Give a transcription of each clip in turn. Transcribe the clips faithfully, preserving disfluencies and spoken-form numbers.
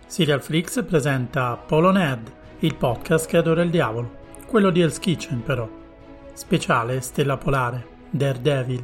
Serial Flix presenta Polo Nerd, il podcast che adora il diavolo, quello di Hell's Kitchen però. Speciale Stella Polare, Daredevil.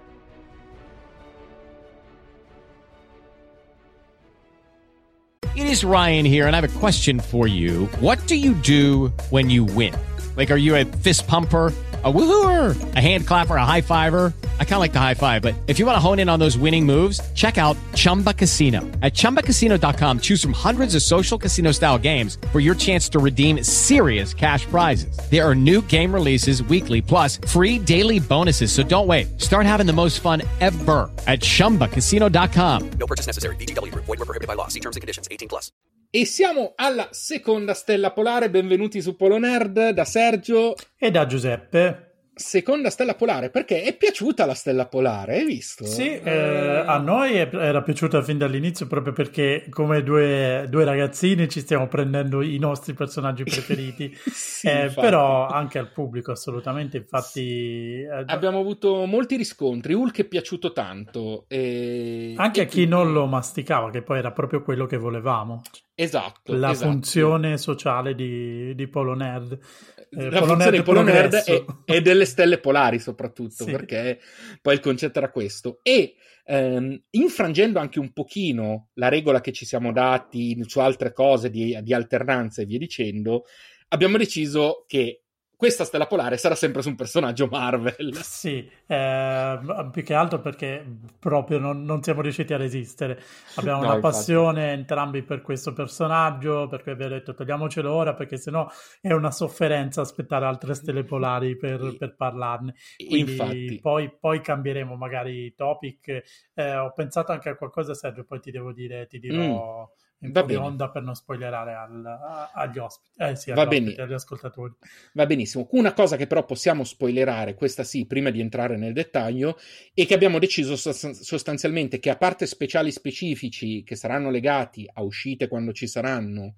It is Ryan here, and I have a question for you. What do you do when you win? Like, are you a fist pumper, a woohooer, a hand clapper, a high fiver? I kind of like the high five, but if you want to hone in on those winning moves, check out Chumba Casino. At chumba casino dot com, choose from hundreds of social casino style games for your chance to redeem serious cash prizes. There are new game releases weekly, plus free daily bonuses. So don't wait. Start having the most fun ever at chumba casino dot com. No purchase necessary. V G W Group. Void where prohibited by law. See terms and conditions. eighteen plus. E siamo alla seconda stella polare. Benvenuti su Polo Nerd da Sergio E da Giuseppe. Seconda stella polare, perché è piaciuta la stella polare, hai visto? Sì, eh, a noi è- era piaciuta fin dall'inizio proprio perché come due, due ragazzini ci stiamo prendendo i nostri personaggi preferiti. Sì, Eh, infatti. però anche al pubblico assolutamente, infatti eh, Abbiamo avuto molti riscontri. Hulk è piaciuto tanto e... anche e a chi quindi- non lo masticava, che poi era proprio quello che volevamo, Esatto, la esatto. funzione sociale di, di Polo Nerd. Eh, La Polo funzione di Nerd Polo Nerd progresso. e, e delle stelle polari soprattutto, Sì. perché poi il concetto era questo. E ehm, infrangendo anche un pochino la regola che ci siamo dati su altre cose di, di alternanza e via dicendo, abbiamo deciso che questa stella polare sarà sempre su un personaggio Marvel. Sì, eh, più che altro perché proprio non, non siamo riusciti a resistere. Abbiamo No, una infatti. passione entrambi per questo personaggio, per cui abbiamo detto togliamocelo ora perché sennò è una sofferenza aspettare altre stelle polari per, per parlarne. Quindi Infatti. poi, poi cambieremo magari i topic. Eh, ho pensato anche a qualcosa, Sergio, poi ti devo dire, ti dirò in va fuori bene. onda per non spoilerare al- a- agli ospiti, eh sì, Va agli bene. ospiti, agli ascoltatori. Va benissimo. Una cosa che però possiamo spoilerare, questa sì, prima di entrare nel dettaglio, è che abbiamo deciso sostan- sostanzialmente che a parte speciali specifici che saranno legati a uscite quando ci saranno,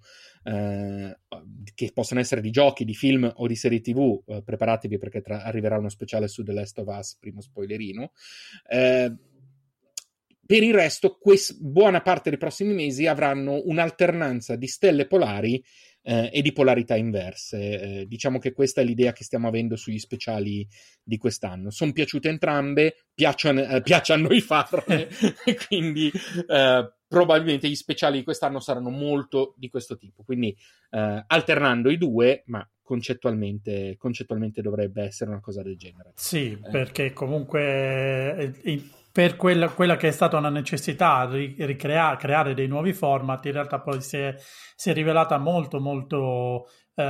eh, che possono essere di giochi, di film o di serie tivù, eh, preparatevi perché tra- arriverà uno speciale su The Last of Us, primo spoilerino. Eh, per il resto, quest- buona parte dei prossimi mesi avranno un'alternanza di stelle polari eh, e di polarità inverse. Eh, diciamo che questa è l'idea che stiamo avendo sugli speciali di quest'anno. Sono piaciute entrambe, piacciono, eh, piace a noi farle, e quindi eh, probabilmente gli speciali di quest'anno saranno molto di questo tipo. Quindi eh, alternando i due, ma concettualmente, concettualmente dovrebbe essere una cosa del genere. Sì, Eh. perché comunque eh, in- per quella, quella che è stata una necessità, ri- ricrea- creare dei nuovi format, in realtà poi si è, si è rivelata molto, molto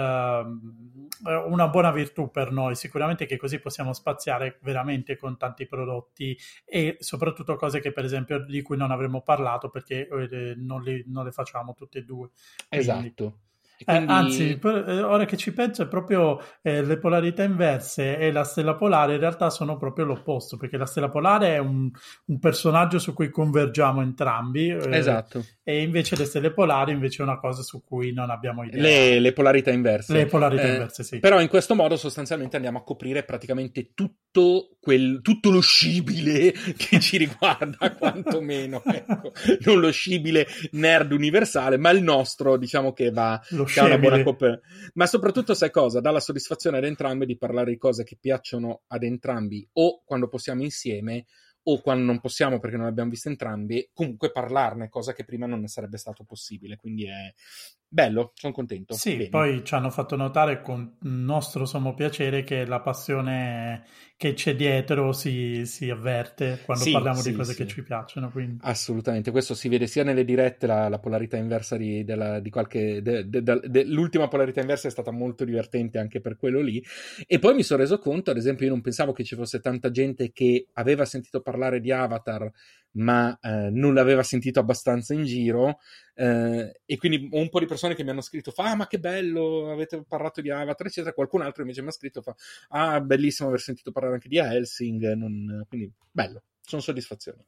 ehm, una buona virtù per noi. Sicuramente che così possiamo spaziare veramente con tanti prodotti e soprattutto cose che per esempio di cui non avremmo parlato perché eh, non, li- non le facciamo tutte e due. Quindi- Esatto. E Eh, quindi- anzi, per- eh, ora che ci penso, è proprio eh, le polarità inverse e la stella polare in realtà sono proprio l'opposto, perché la stella polare è un, un personaggio su cui convergiamo entrambi, eh, Esatto. e invece le stelle polari invece è una cosa su cui non abbiamo idea. Le, le polarità inverse. Le polarità Eh, inverse, sì. Però in questo modo sostanzialmente andiamo a coprire praticamente tutto, quel, tutto lo scibile che ci riguarda, quantomeno. Ecco. Non lo scibile nerd universale, ma il nostro, diciamo che va... Lo che ha una buona scemile. copertura. Ma soprattutto, sai cosa? Dà la soddisfazione ad entrambi di parlare di cose che piacciono ad entrambi, o quando possiamo insieme, o quando non possiamo perché non le abbiamo viste entrambi, comunque parlarne, cosa che prima non ne sarebbe stato possibile. Quindi è bello, sono contento. Sì, Bene. poi ci hanno fatto notare con nostro sommo piacere che la passione che c'è dietro si, si avverte quando Sì, parliamo sì, di cose sì. che ci piacciono. Quindi. Assolutamente, questo si vede sia nelle dirette, la, la polarità inversa di, della, di qualche... de- de- de- de- l'ultima polarità inversa è stata molto divertente anche per quello lì. E poi mi sono reso conto, ad esempio, io non pensavo che ci fosse tanta gente che aveva sentito parlare di Avatar, ma eh, non l'aveva sentito abbastanza in giro, eh, e quindi ho un po' di persone che mi hanno scritto, fa, ah, ma che bello, avete parlato di Avatar, eccetera. Qualcun altro invece mi ha scritto, fa, ah, bellissimo aver sentito parlare anche di Hellsing, non... quindi bello, sono soddisfazioni.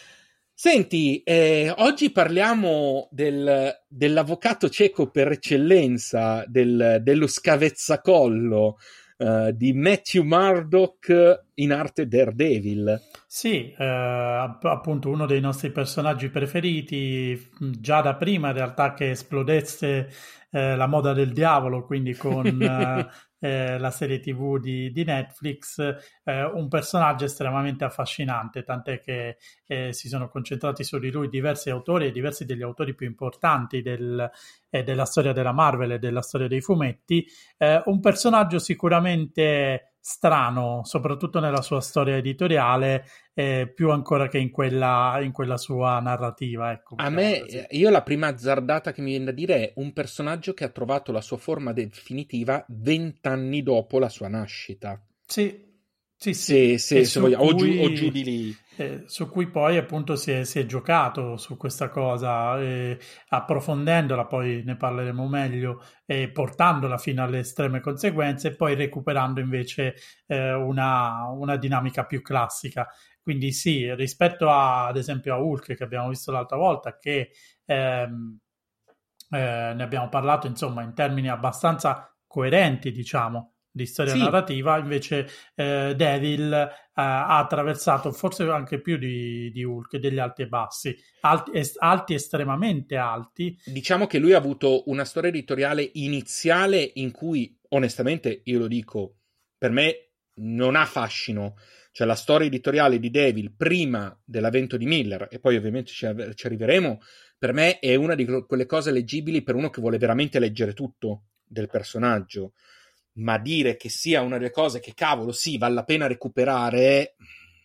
Senti, eh, oggi parliamo del, dell'avvocato cieco per eccellenza, del, dello scavezzacollo, uh, di Matthew Murdock in arte Daredevil. Sì, eh, appunto uno dei nostri personaggi preferiti, già da prima in realtà che esplodesse eh, la moda del diavolo, quindi con eh, eh, la serie tivù di, di Netflix, eh, un personaggio estremamente affascinante, tant'è che eh, si sono concentrati su di lui diversi autori e diversi degli autori più importanti del, eh, della storia della Marvel e della storia dei fumetti. Eh, un personaggio sicuramente strano, soprattutto nella sua storia editoriale, eh, più ancora che in quella, in quella sua narrativa. Ecco, A diciamo me, così. io la prima azzardata che mi viene da dire è un personaggio che ha trovato la sua forma definitiva vent'anni dopo la sua nascita. Sì, sì, Se, sì. se, E se su vogliamo, o, giù, cui, o giù di lì. eh, su cui poi appunto si è, si è giocato su questa cosa, eh, approfondendola, poi ne parleremo meglio, e portandola fino alle estreme conseguenze, e poi recuperando invece eh, una, una dinamica più classica. Quindi sì, rispetto a, ad esempio a Hulk che abbiamo visto l'altra volta, che ehm, eh, ne abbiamo parlato insomma in termini abbastanza coerenti, diciamo, di storia Sì, narrativa, invece eh, Devil eh, ha attraversato forse anche più di, di Hulk degli alti e bassi, alti, es- alti estremamente alti. diciamo che lui ha avuto una storia editoriale iniziale in cui, onestamente, io lo dico, per me non ha fascino. Cioè la storia editoriale di Devil prima dell'avvento di Miller, e poi ovviamente ci, ci arriveremo, per me è una di quelle cose leggibili per uno che vuole veramente leggere tutto del personaggio. Ma dire che sia una delle cose che, cavolo, sì, vale la pena recuperare...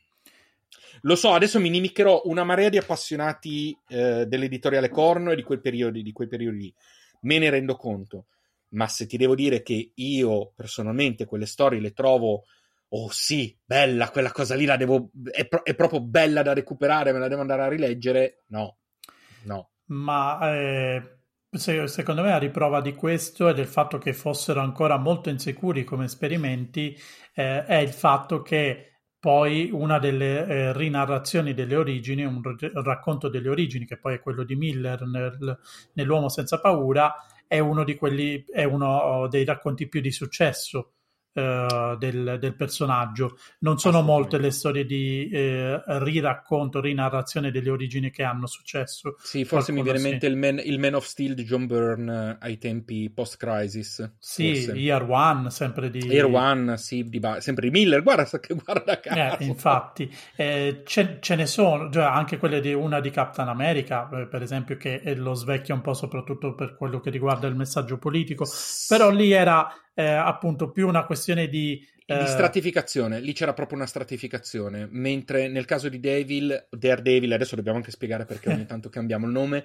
Lo so, adesso mi inimicherò una marea di appassionati eh, dell'editoriale Corno e di quei periodi, di quei periodi lì. Me ne rendo conto. Ma se ti devo dire che io, personalmente, quelle storie le trovo... Oh sì, bella, quella cosa lì la devo... È, pro- è proprio bella da recuperare, me la devo andare a rileggere. No, no. Ma eh, se- secondo me a riprova di questo e del fatto che fossero ancora molto insicuri come esperimenti, eh, è il fatto che poi una delle eh, rinarrazioni delle origini, un, r- racconto delle origini, che poi è quello di Miller nel- nell'Uomo senza paura, è uno di quelli, è uno dei racconti più di successo eh, del, del personaggio. Non sono molte le storie di eh, riracconto, rinarrazione delle origini che hanno successo. Sì, forse mi Qualcuno viene in sì. mente il Man, il Man of Steel di John Byrne eh, ai tempi post-crisis. Sì, Forse. Year One, sempre di... Air One, sì, di ba- sempre di Miller. Guarda, che guarda Eh, caso. infatti, eh, ce, ce ne sono, cioè anche quelle di una di Captain America, eh, per esempio, che eh, lo svecchia un po' soprattutto per quello che riguarda il messaggio politico, però lì era eh, appunto più una questione di... Di eh, stratificazione, lì c'era proprio una stratificazione, mentre nel caso di Devil, Daredevil, adesso dobbiamo anche spiegare perché ogni tanto cambiamo il nome,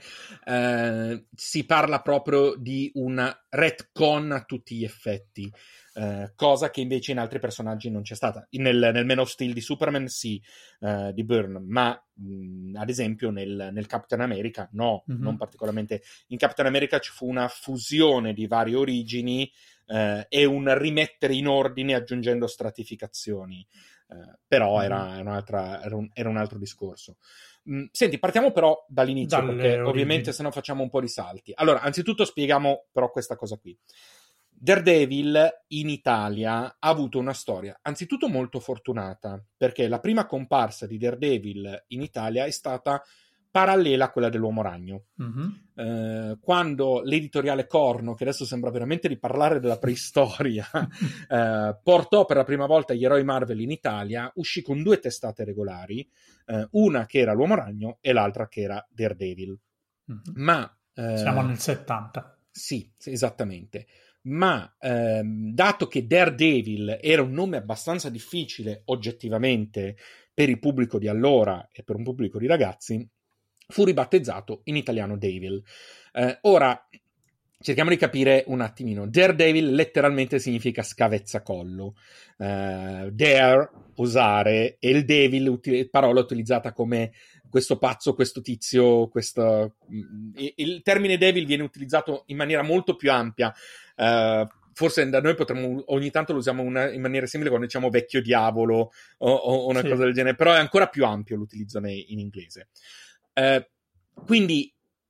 eh, si parla proprio di una retcon a tutti gli effetti, eh, cosa che invece in altri personaggi non c'è stata. Nel, nel Man of Steel di Superman sì, eh, di Byrne, ma mh, ad esempio nel, nel Captain America no, mhm. non particolarmente. In Captain America ci fu una fusione di varie origini, Uh, e un rimettere in ordine aggiungendo stratificazioni, uh, però Mhm. era, un'altra, era, un, era un altro discorso. Mm, senti, partiamo però dall'inizio, Dalle perché origini. ovviamente se no facciamo un po' di salti. Allora, anzitutto spieghiamo però questa cosa qui. Daredevil in Italia ha avuto una storia anzitutto molto fortunata, perché la prima comparsa di Daredevil in Italia è stata parallela a quella dell'Uomo Ragno. Mm-hmm. Eh, quando l'editoriale Corno, che adesso sembra veramente di parlare della preistoria, eh, portò per la prima volta gli eroi Marvel in Italia, uscì con due testate regolari, eh, una che era l'Uomo Ragno e l'altra che era Daredevil. Mm-hmm. Ma eh, siamo nel settanta. Sì, esattamente. Ma ehm, dato che Daredevil era un nome abbastanza difficile oggettivamente per il pubblico di allora e per un pubblico di ragazzi, fu ribattezzato in italiano Devil. Eh, ora, cerchiamo di capire un attimino. Daredevil letteralmente significa scavezzacollo. Eh, dare, osare, e il devil, uti- parola utilizzata come questo pazzo, questo tizio, questo... Il termine devil viene utilizzato in maniera molto più ampia. Eh, forse da noi potremmo, ogni tanto lo usiamo una, in maniera simile quando diciamo vecchio diavolo o, o una Sì. cosa del genere, però è ancora più ampio l'utilizzo ne, in inglese. Uh, quindi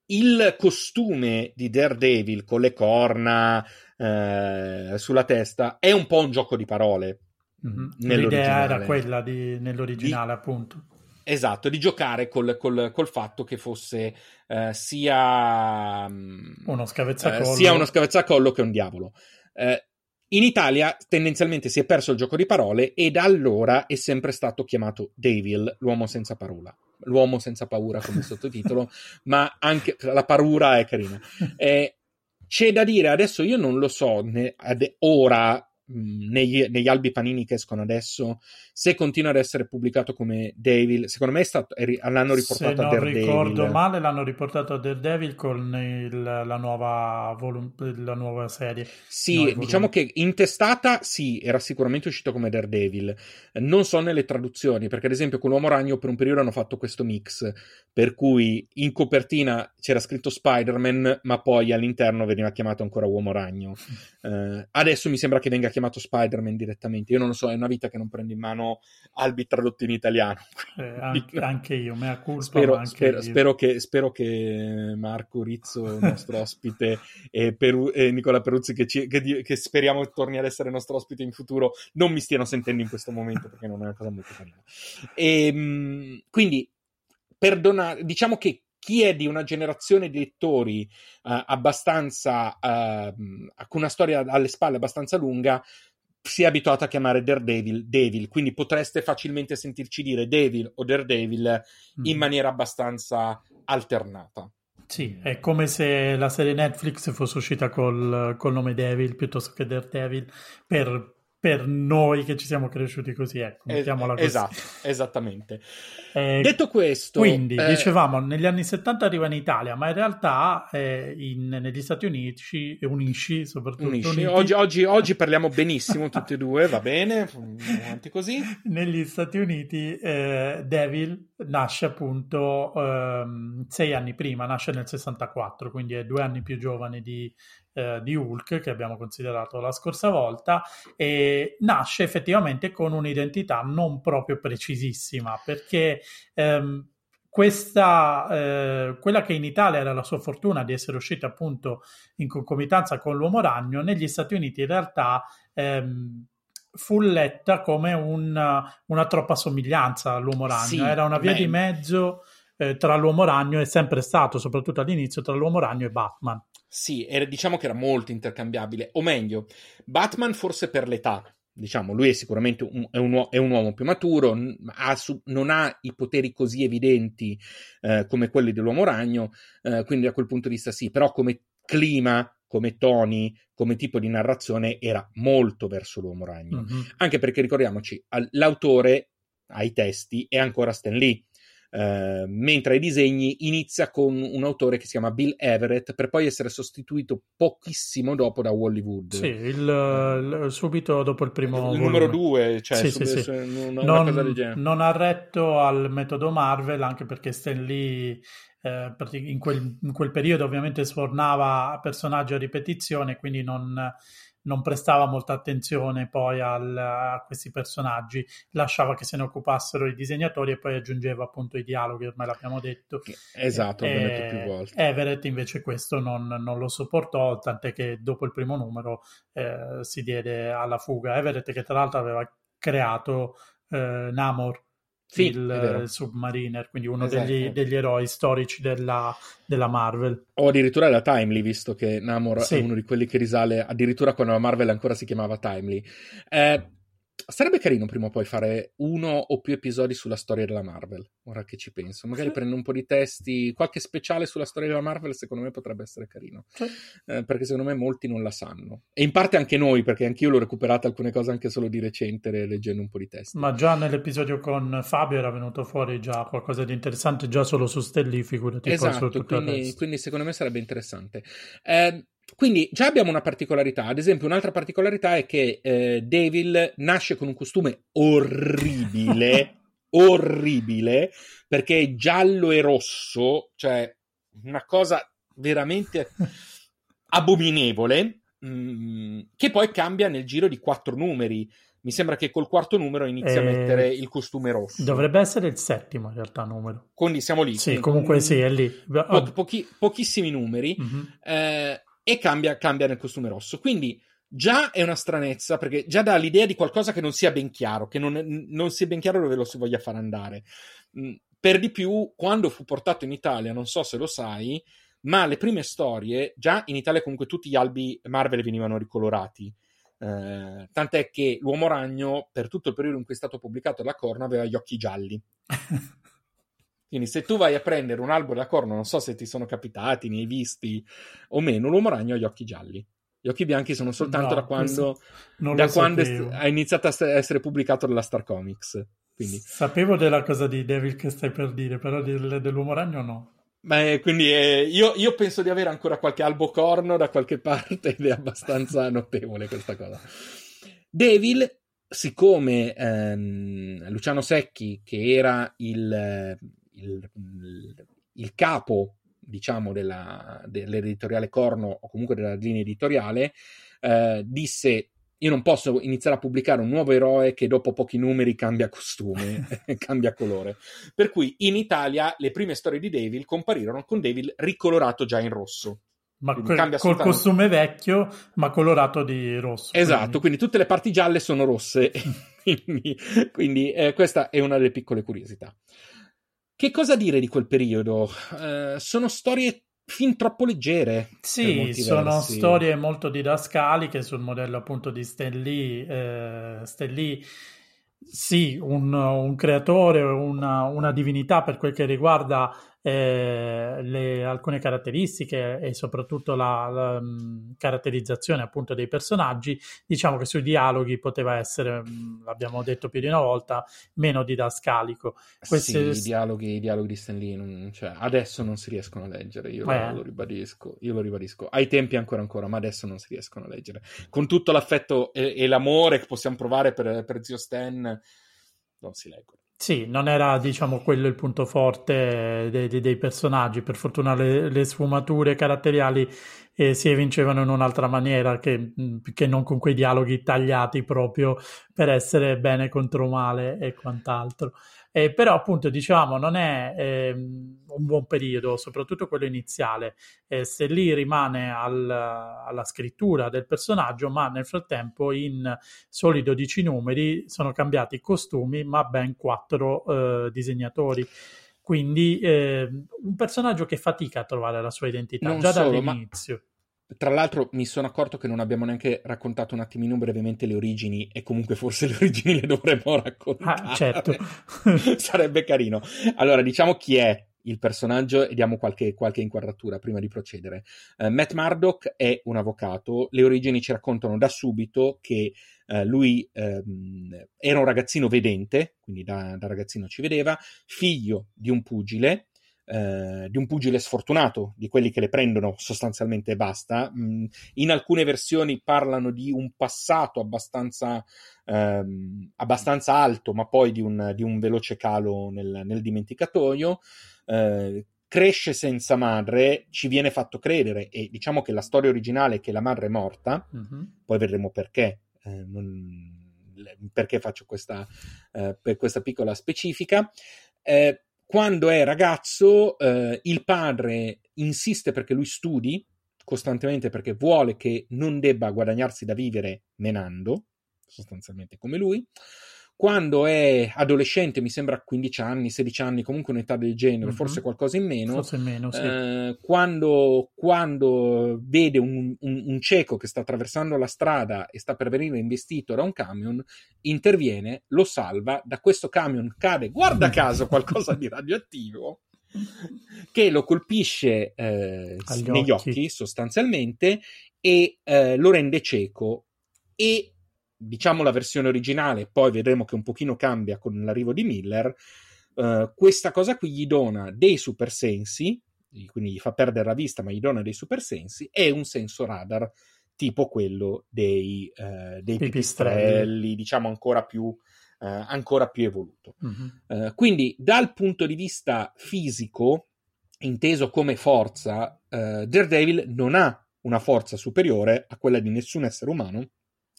il costume di Daredevil con le corna eh, sulla testa è un po' un gioco di parole. Mm-hmm. L'idea era quella di, nell'originale, di, appunto. Esatto, di giocare col, col, col fatto che fosse eh, sia uno scavezzacollo. Eh, sia uno scavezzacollo che un diavolo. Eh, in Italia tendenzialmente si è perso il gioco di parole e da allora è sempre stato chiamato Devil, l'uomo senza parola. L'uomo senza paura come sottotitolo, ma anche la paura è carina. Eh, c'è da dire, adesso io non lo so, ne, ad, ora... Negli, negli albi panini che escono adesso, se continua ad essere pubblicato come Devil, secondo me è stato, è, l'hanno riportato se a Daredevil. Se non ricordo male, l'hanno riportato a Daredevil con il, la, nuova volum, la nuova serie. Sì, diciamo che in testata sì, era sicuramente uscito come Daredevil. Non so nelle traduzioni, perché ad esempio con l'Uomo Ragno per un periodo hanno fatto questo mix, per cui in copertina c'era scritto Spider-Man, ma poi all'interno veniva chiamato ancora Uomo Ragno. Uh, adesso mi sembra che venga chiamato Spider-Man direttamente. Io non lo so, è una vita che non prendo in mano albi tradotti in italiano. Eh, anche, anche io, mea culpa. Spero, anche spero, io. Spero, che, spero che Marco Rizzo, il nostro ospite, e, Peru, e Nicola Peruzzi, che, ci, che, che speriamo torni ad essere nostro ospite in futuro, non mi stiano sentendo in questo momento, perché non è una cosa molto carina. E, quindi, perdona, diciamo che chi è di una generazione di lettori uh, abbastanza uh, con una storia alle spalle abbastanza lunga si è abituato a chiamare Daredevil Devil, quindi potreste facilmente sentirci dire Devil o Daredevil in maniera abbastanza alternata. Sì, è come se la serie Netflix fosse uscita col, col nome Devil piuttosto che Daredevil per, per noi che ci siamo cresciuti così, ecco, mettiamola così. Esatto, esattamente. Eh, Detto questo, quindi eh, dicevamo negli anni settanta arriva in Italia, ma in realtà eh, in, negli Stati Uniti unisci soprattutto unisci. Uniti. Oggi, oggi, oggi parliamo benissimo tutti e due, va bene, avanti così. Negli Stati Uniti eh, Devil nasce appunto ehm, sei anni prima, nasce nel sessantaquattro, quindi è due anni più giovane di Eh, di Hulk che abbiamo considerato la scorsa volta, e nasce effettivamente con un'identità non proprio precisissima, perché ehm, questa eh, quella che in Italia era la sua fortuna di essere uscita appunto in concomitanza con l'Uomo Ragno, negli Stati Uniti in realtà ehm, fu letta come un, una troppa somiglianza all'Uomo Ragno, sì, era una via beh, di mezzo eh, tra l'Uomo Ragno, è sempre stato soprattutto all'inizio tra l'Uomo Ragno e Batman. Sì, era, diciamo che era molto intercambiabile, o meglio, Batman forse per l'età, diciamo, lui è sicuramente un, è un, è un uomo più maturo, ha, non ha i poteri così evidenti eh, come quelli dell'Uomo Ragno, eh, quindi da quel punto di vista sì, però come clima, come toni, come tipo di narrazione era molto verso l'Uomo Ragno, mm-hmm. Anche perché ricordiamoci, l'autore ai testi è ancora Stan Lee. Uh, mentre ai disegni inizia con un autore che si chiama Bill Everett per poi essere sostituito pochissimo dopo da Wally Wood. Sì, il, il, subito dopo il primo il volume. numero due, cioè sì, sub, sì, su, sì. Una, non, una cosa del genere. Non ha retto al metodo Marvel, anche perché Stan Lee eh, in, quel, in quel periodo ovviamente sfornava personaggi a ripetizione, quindi non... non prestava molta attenzione poi al, a questi personaggi, lasciava che se ne occupassero i disegnatori e poi aggiungeva appunto i dialoghi, ormai l'abbiamo detto. Esatto, l'abbiamo e, detto più volte. Everett invece questo non, non lo sopportò, tant'è che dopo il primo numero eh, si diede alla fuga. Everett che tra l'altro aveva creato eh, Namor, sì, il Submariner, quindi uno esatto. degli, degli eroi storici della, della Marvel. O addirittura la Timely, visto che Namor sì. è uno di quelli che risale addirittura quando la Marvel ancora si chiamava Timely. Eh, sarebbe carino prima o poi fare uno o più episodi sulla storia della Marvel, ora che ci penso. Magari sì. Prendo un po' di testi, qualche speciale sulla storia della Marvel secondo me potrebbe essere carino, sì. eh, perché secondo me molti non la sanno. E in parte anche noi, perché anch'io l'ho recuperata alcune cose anche solo di recente leggendo un po' di testi. Ma già nell'episodio con Fabio era venuto fuori già qualcosa di interessante, già solo su Stelli, figurati. Esatto, poi su quindi, quindi secondo me sarebbe interessante. Eh, Quindi già abbiamo una particolarità, ad esempio un'altra particolarità è che eh, Devil nasce con un costume orribile, orribile, perché è giallo e rosso, cioè una cosa veramente abominevole, mh, che poi cambia nel giro di quattro numeri, mi sembra che col quarto numero inizia Eh, a mettere il costume rosso. Dovrebbe essere il settimo in realtà numero. Quindi siamo lì. Sì, comunque sì, è lì. Po- pochi- pochissimi numeri Mhm. eh, e cambia, cambia nel costume rosso. Quindi già è una stranezza, perché già dà l'idea di qualcosa che non sia ben chiaro, che non, non sia ben chiaro dove lo si voglia far andare. Mm, Per di più, quando fu portato in Italia, non so se lo sai, ma le prime storie, già in Italia comunque tutti gli albi Marvel venivano ricolorati. Eh, tant'è che l'Uomo Ragno, per tutto il periodo in cui è stato pubblicato da Corno, aveva gli occhi gialli. Quindi se tu vai a prendere un albo da Corno, non so se ti sono capitati, ne hai visti o meno, l'Uomo Ragno ha gli occhi gialli. Gli occhi bianchi sono soltanto No, da quando, non da lo quando è- sapevo. ha iniziato a essere pubblicato dalla Star Comics. Quindi, Sapevo della cosa di Devil che stai per dire, però del- dell'Uomo Ragno no. Beh, quindi eh, io, io penso di avere ancora qualche albo corno da qualche parte ed è abbastanza notevole questa cosa. Devil, siccome ehm, Luciano Secchi, che era il, il, il- il capo, diciamo, della, dell'editoriale Corno, o comunque della linea editoriale, eh, disse: io non posso iniziare a pubblicare un nuovo eroe che dopo pochi numeri cambia costume, cambia colore. Per cui in Italia le prime storie di Devil comparirono con Devil ricolorato già in rosso. Ma Quindi quel- cambia col assolutamente. costume vecchio, ma colorato di rosso. Esatto, quindi. quindi tutte le parti gialle sono rosse. quindi quindi, eh, questa è una delle piccole curiosità. Che cosa dire di quel periodo? Eh, sono storie fin troppo leggere. per Sì, molti sono versi. storie molto didascaliche sul modello appunto di Stan Lee. Eh, Stan Lee, sì, un, un creatore, una, una divinità per quel che riguarda eh, le- alcune caratteristiche e soprattutto la, la, mh, caratterizzazione appunto dei personaggi. Diciamo che sui dialoghi poteva essere, mh, l'abbiamo detto più di una volta, meno didascalico. Queste- Sì, i dialoghi, i dialoghi di Stan Lee non- cioè, adesso non si riescono a leggere, io lo, Eh. lo ribadisco, io lo ribadisco. Ai tempi ancora ancora, ma adesso non si riescono a leggere. Con tutto l'affetto e, e l'amore che possiamo provare per, per zio Stan, non si leggono. Sì, non era, diciamo, quello il punto forte dei, dei- dei personaggi. Per fortuna le, le sfumature caratteriali eh, si evincevano in un'altra maniera che, mh, che non con quei dialoghi tagliati proprio per essere bene contro male e quant'altro. Eh, però appunto diciamo non è ehm, un buon periodo, soprattutto quello iniziale. Eh, se lì rimane al- alla scrittura del personaggio, ma nel frattempo in soli dodici numeri sono cambiati i costumi, ma ben quattro eh, disegnatori. Quindi eh, un personaggio che fatica a trovare la sua identità Non già solo, ma dall'inizio. tra l'altro mi sono accorto che non abbiamo neanche raccontato un attimino brevemente le origini, e comunque forse le origini le dovremmo raccontare. Ah, certo. Sarebbe carino. Allora, diciamo chi è il personaggio e diamo qualche, qualche inquadratura prima di procedere. Uh, Matt Murdock è un avvocato, le origini ci raccontano da subito che uh, lui um, era un ragazzino vedente, quindi da, da ragazzino ci vedeva, figlio di un pugile, Uh, di un pugile sfortunato, di quelli che le prendono sostanzialmente e basta. Mm, in alcune versioni parlano di un passato abbastanza, um, abbastanza alto, ma poi di un, di un veloce calo nel, nel dimenticatoio. Uh, cresce senza madre, ci viene fatto credere, e diciamo che la storia originale è che la madre è morta, Mm-hmm. poi vedremo perché. Eh, non, perché faccio questa, eh, per questa piccola specifica. Eh, Quando è ragazzo, eh, il padre insiste perché lui studi costantemente, perché vuole che non debba guadagnarsi da vivere menando, sostanzialmente come lui. Quando è adolescente, mi sembra quindici anni, sedici anni, comunque un'età del genere, Mm-hmm. forse qualcosa in meno, Forse meno, sì. eh, quando, quando vede un, un, un cieco che sta attraversando la strada e sta per venire investito da un camion, interviene, lo salva, da questo camion cade, guarda caso, qualcosa di radioattivo che lo colpisce eh, negli occhi. occhi sostanzialmente e eh, lo rende cieco, e diciamo la versione originale, poi vedremo che un pochino cambia con l'arrivo di Miller. Uh, questa cosa qui gli dona dei supersensi, quindi gli fa perdere la vista, ma gli dona dei supersensi e un senso radar tipo quello dei, uh, dei pipistrelli, pipistrelli, diciamo ancora più, uh, ancora più evoluto. Uh-huh. Uh, quindi dal punto di vista fisico, inteso come forza, uh, Daredevil non ha una forza superiore a quella di nessun essere umano,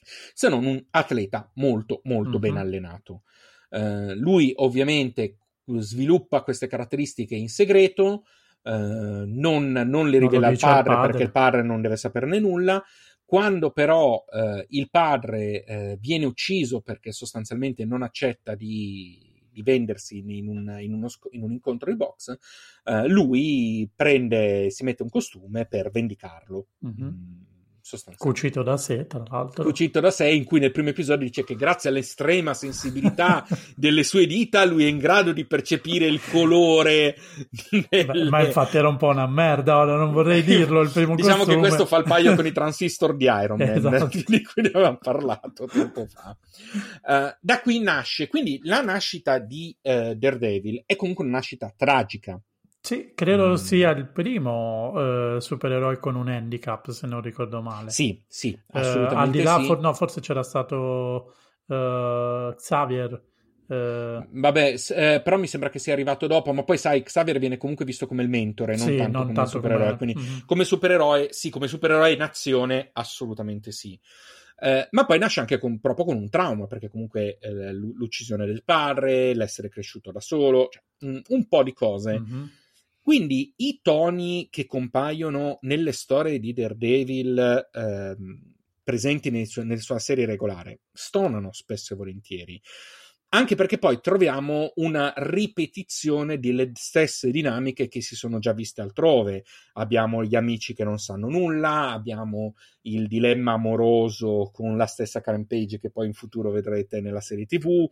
se non un atleta molto molto mm-hmm. ben allenato. Uh, lui ovviamente sviluppa queste caratteristiche in segreto, uh, non, non le rivela al padre, padre perché il padre non deve saperne nulla. Quando però uh, il padre uh, viene ucciso perché sostanzialmente non accetta di di vendersi in un, in, uno, in un incontro di box, uh, lui prende, si mette un costume per vendicarlo. Mm-hmm. Mm, Cucito da sé, tra l'altro. Cucito da sé, in cui nel primo episodio dice che grazie all'estrema sensibilità delle sue dita lui è in grado di percepire il colore. Nelle... Beh, ma infatti era un po' una merda, ora non vorrei dirlo, il primo diciamo costume. Che questo fa il paio con i transistor di Iron Man, esatto. Di cui ne avevamo parlato tempo fa. Uh, da qui nasce, quindi la nascita di uh, Daredevil è comunque una nascita tragica. Sì, credo mm. sia il primo uh, supereroe con un handicap, se non ricordo male. Sì, sì, assolutamente uh, al di là, sì. For- no, forse c'era stato uh, Xavier. Uh... Vabbè, eh, però mi sembra che sia arrivato dopo, ma poi sai, Xavier viene comunque visto come il mentore, non sì, tanto non come tanto supereroe. Come... Quindi Mm-hmm. come supereroe, sì, come supereroe in azione, assolutamente sì. Eh, ma poi nasce anche con, proprio con un trauma, perché comunque eh, l'uccisione del padre, l'essere cresciuto da solo, cioè, un, un po' di cose. Mm-hmm. Quindi i toni che compaiono nelle storie di Daredevil ehm, presenti nel suo, nella sua serie regolare stonano spesso e volentieri, anche perché poi troviamo una ripetizione delle stesse dinamiche che si sono già viste altrove. Abbiamo gli amici che non sanno nulla, abbiamo il dilemma amoroso con la stessa Karen Page che poi in futuro vedrete nella serie tivù,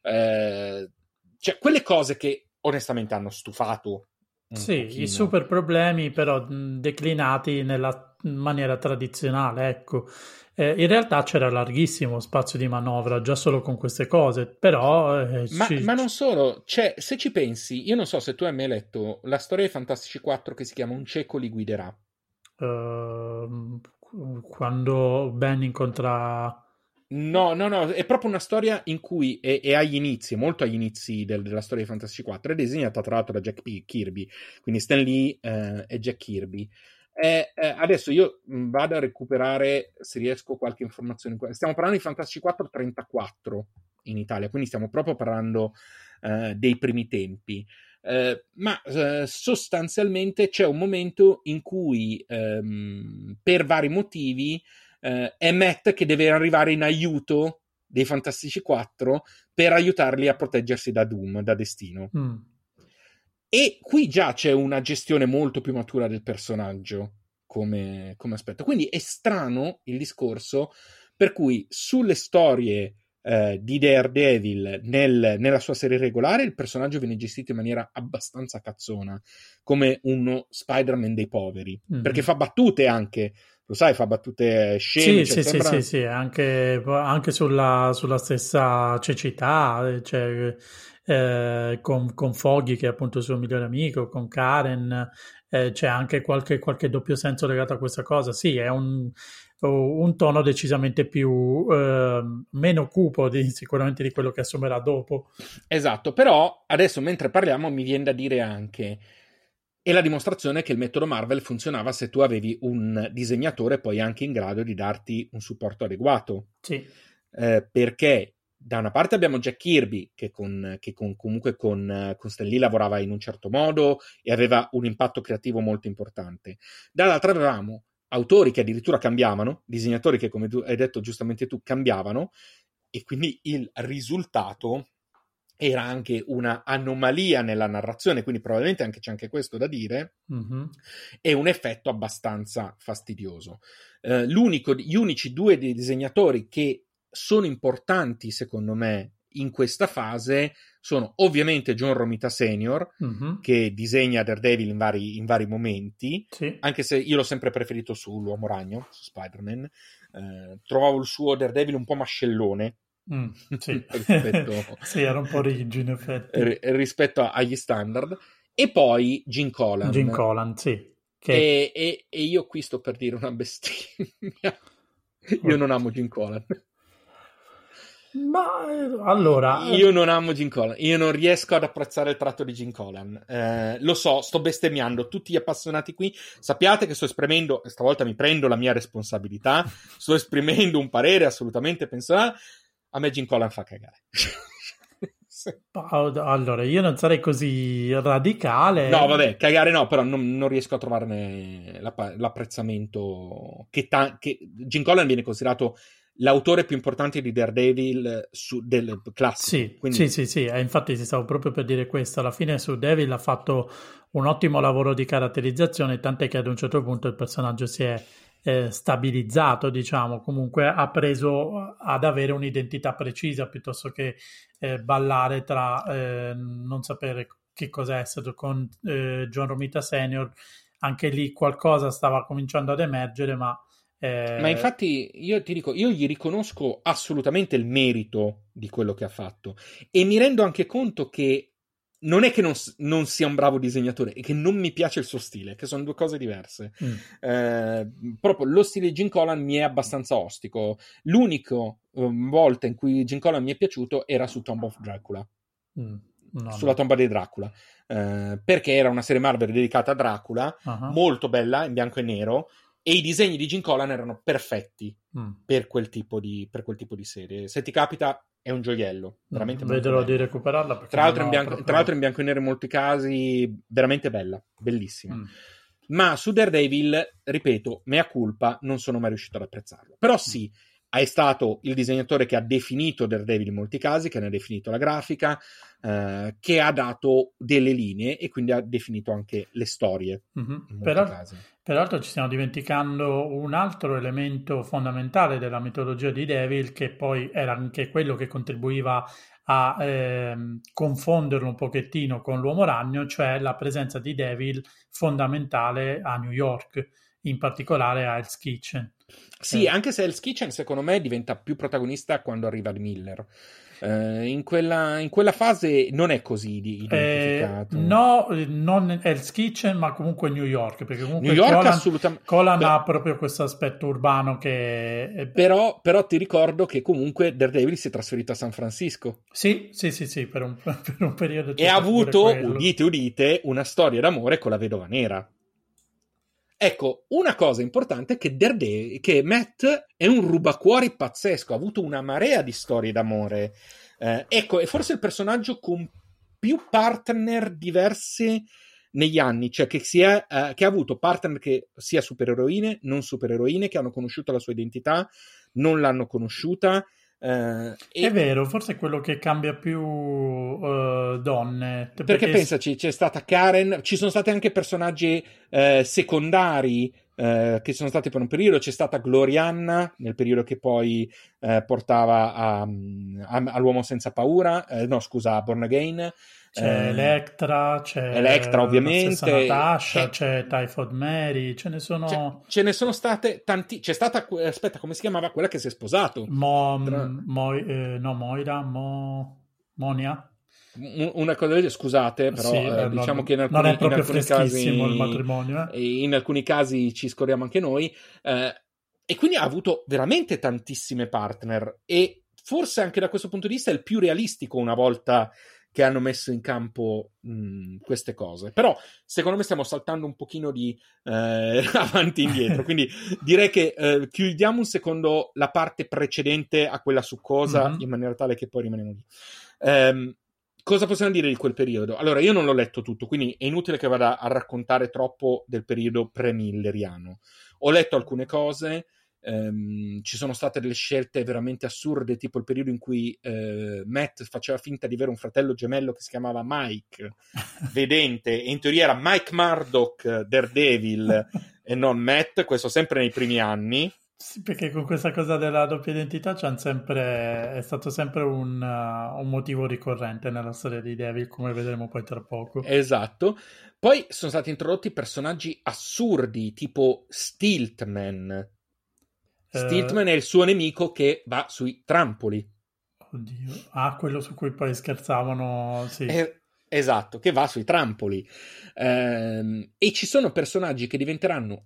eh, cioè quelle cose che onestamente hanno stufato. Sì, pochino. I super problemi però declinati nella maniera tradizionale, ecco. Eh, in realtà c'era larghissimo spazio di manovra già solo con queste cose, però... Eh, ma, ci... ma non solo, cioè, se ci pensi, io non so se tu hai mai letto la storia dei Fantastici quattro che si chiama Un cieco li guiderà. Uh, quando Ben incontra... No, no, no, è proprio una storia in cui è, è agli inizi, molto agli inizi del, della storia dei Fantastici quattro, è disegnata tra l'altro da Jack Kirby, quindi Stan Lee eh, e Jack Kirby. Eh, eh, adesso io vado a recuperare se riesco qualche informazione. Stiamo parlando di Fantastici quattro trentaquattro in Italia, quindi stiamo proprio parlando eh, dei primi tempi. Eh, ma eh, sostanzialmente c'è un momento in cui ehm, per vari motivi Uh, è Matt che deve arrivare in aiuto dei Fantastici quattro per aiutarli a proteggersi da Doom, da Destino. Mm. E qui già c'è una gestione molto più matura del personaggio come, come aspetto. Quindi è strano il discorso per cui sulle storie uh, di Daredevil nel, nella sua serie regolare il personaggio viene gestito in maniera abbastanza cazzona, come uno Spider-Man dei poveri, mm-hmm. perché fa battute anche. Lo sai, fa battute scene. Sì, cioè, sì, sembra... sì, sì, sì, anche, anche sulla, sulla stessa cecità, cioè, eh, con, con Foggy, che è appunto il suo migliore amico, con Karen, eh, c'è anche qualche, qualche doppio senso legato a questa cosa. Sì, è un, un tono decisamente più eh, meno cupo di, sicuramente di quello che assumerà dopo. Esatto, però adesso mentre parliamo mi viene da dire anche... E la dimostrazione che il metodo Marvel funzionava se tu avevi un disegnatore poi anche in grado di darti un supporto adeguato. Sì. Eh, perché da una parte abbiamo Jack Kirby che, con, che con, comunque con, con Stan Lee lavorava in un certo modo e aveva un impatto creativo molto importante. Dall'altra avevamo autori che addirittura cambiavano, disegnatori che, come tu hai detto giustamente tu, cambiavano, e quindi il risultato era anche una anomalia nella narrazione, quindi probabilmente anche c'è anche questo da dire, mm-hmm. e un effetto abbastanza fastidioso. Uh, l'unico, gli unici due dei disegnatori che sono importanti, secondo me, in questa fase sono ovviamente John Romita Senior, mm-hmm. che disegna Daredevil in vari, in vari momenti, sì. Anche se io l'ho sempre preferito sull'Uomo Ragno, su Spider-Man. Uh, trovavo il suo Daredevil un po' mascellone, Mm, sì. rispetto, sì, era un po' rigido in effetti r- rispetto agli standard. E poi Gene Colan Gene Colan, sì che... e, e, e io qui sto per dire una bestemmia. Io non amo Gene Colan. Ma eh, allora, Io non amo Jim Collan, io non riesco ad apprezzare il tratto di Jim Collan. Eh, lo so, sto bestemmiando. Tutti gli appassionati qui, sappiate che sto esprimendo, stavolta mi prendo la mia responsabilità, sto esprimendo un parere assolutamente personale. A me Jim Collan fa cagare. allora, io non sarei così radicale. No, vabbè, cagare no, però non, non riesco a trovarne la- l'apprezzamento che, ta- che Jim Collan viene considerato l'autore più importante di Daredevil su, del classico. Sì, Quindi... sì, sì, sì, e infatti ti stavo proprio per dire questo. Alla fine su Devil ha fatto un ottimo lavoro di caratterizzazione, tant'è che ad un certo punto il personaggio si è eh, stabilizzato, diciamo, comunque ha preso ad avere un'identità precisa piuttosto che eh, ballare tra eh, non sapere che cosa essere con eh, John Romita Senior. Anche lì qualcosa stava cominciando ad emergere, ma Eh... Ma infatti io ti dico, io gli riconosco assolutamente il merito di quello che ha fatto e mi rendo anche conto che non è che non, non sia un bravo disegnatore, è che non mi piace il suo stile, che sono due cose diverse. Mm. Eh, proprio lo stile di Jim Collan mi è abbastanza ostico. L'unica um, volta in cui Jim Collan mi è piaciuto era su Tomb of Dracula. Mm. No, sulla no. tomba di Dracula, eh, perché era una serie Marvel dedicata a Dracula, uh-huh. molto bella, in bianco e nero, e i disegni di Jim Collan erano perfetti mm. per, quel tipo di, per quel tipo di serie. Se ti capita è un gioiello, veramente mm, vedrò bello. di recuperarla Tra l'altro, in bianco, proprio... tra l'altro in bianco e nero in molti casi, veramente bella, bellissima. Mm. Ma su Daredevil, ripeto, mea culpa, non sono mai riuscito ad apprezzarlo. Però sì, è stato il disegnatore che ha definito Daredevil in molti casi, che ne ha definito la grafica, eh, che ha dato delle linee e quindi ha definito anche le storie. Mm-hmm. In molti Però, casi. Peraltro ci stiamo dimenticando un altro elemento fondamentale della mitologia di Devil, che poi era anche quello che contribuiva a ehm, confonderlo un pochettino con l'Uomo Ragno, cioè la presenza di Devil fondamentale a New York, in particolare a Hell's Kitchen. Sì, eh. anche se Hell's Kitchen secondo me diventa più protagonista quando arriva Ed Miller. Uh, in, quella, in quella fase non è così identificato. Eh, no, non Hell's Kitchen, ma comunque New York, perché comunque New York Collan, assolutamente. Collan Beh, ha proprio questo aspetto urbano che... Però, però ti ricordo che comunque Daredevil si è trasferito a San Francisco. Sì, sì, sì, sì, per un, per un periodo. E ha avuto, udite, udite, una storia d'amore con la Vedova Nera. Ecco, una cosa importante è che, Daredevil, che Matt è un rubacuori pazzesco, ha avuto una marea di storie d'amore. Eh, ecco, è forse il personaggio con più partner diverse negli anni, cioè che, si è, eh, che ha avuto partner che sia supereroine, non supereroine, che hanno conosciuto la sua identità, non l'hanno conosciuta. Uh, è vero, forse è quello che cambia più uh, donne. Perché, perché pensaci, c'è stata Karen, ci sono stati anche personaggi uh, secondari uh, che sono stati per un periodo. C'è stata Glorianna nel periodo che poi uh, portava a, a, all'Uomo Senza Paura, uh, no scusa, a Born Again. C'è Electra, c'è Electra ovviamente, Natasha, c'è, c'è Typhoid Mary, ce ne sono... C'è, ce ne sono state tanti... C'è stata, aspetta, come si chiamava quella che si è sposato? Mo, Tra... Mo, eh, no, Moira, Mo, Monia? Una cosa, scusate, però sì, eh, eh, diciamo non, che in alcuni, non è proprio in alcuni freschissimo casi, il matrimonio. Eh? In alcuni casi ci scorriamo anche noi. Eh, e quindi ha avuto veramente tantissime partner. E forse anche da questo punto di vista è il più realistico una volta che hanno messo in campo mh, queste cose. Però secondo me stiamo saltando un pochino di eh, avanti e indietro, quindi direi che eh, chiudiamo un secondo la parte precedente a quella succosa, mm-hmm. in maniera tale che poi rimaniamo lì. Um, cosa possiamo dire di quel periodo? Allora, io non l'ho letto tutto, quindi è inutile che vada a raccontare troppo del periodo pre-milleriano. Ho letto alcune cose. Um, ci sono state delle scelte veramente assurde, tipo il periodo in cui uh, Matt faceva finta di avere un fratello gemello che si chiamava Mike, vedente, e in teoria era Mike Murdock, Daredevil, e non Matt, questo sempre nei primi anni. Sì, perché con questa cosa della doppia identità c'hanno sempre, è stato sempre un, uh, un motivo ricorrente nella storia di Devil, come vedremo poi tra poco. Esatto. Poi sono stati introdotti personaggi assurdi, tipo Stiltman. Stiltman uh, è il suo nemico che va sui trampoli. Oddio. Ah, quello su cui poi scherzavano, sì. Eh, esatto, che va sui trampoli. Ehm, e ci sono personaggi che diventeranno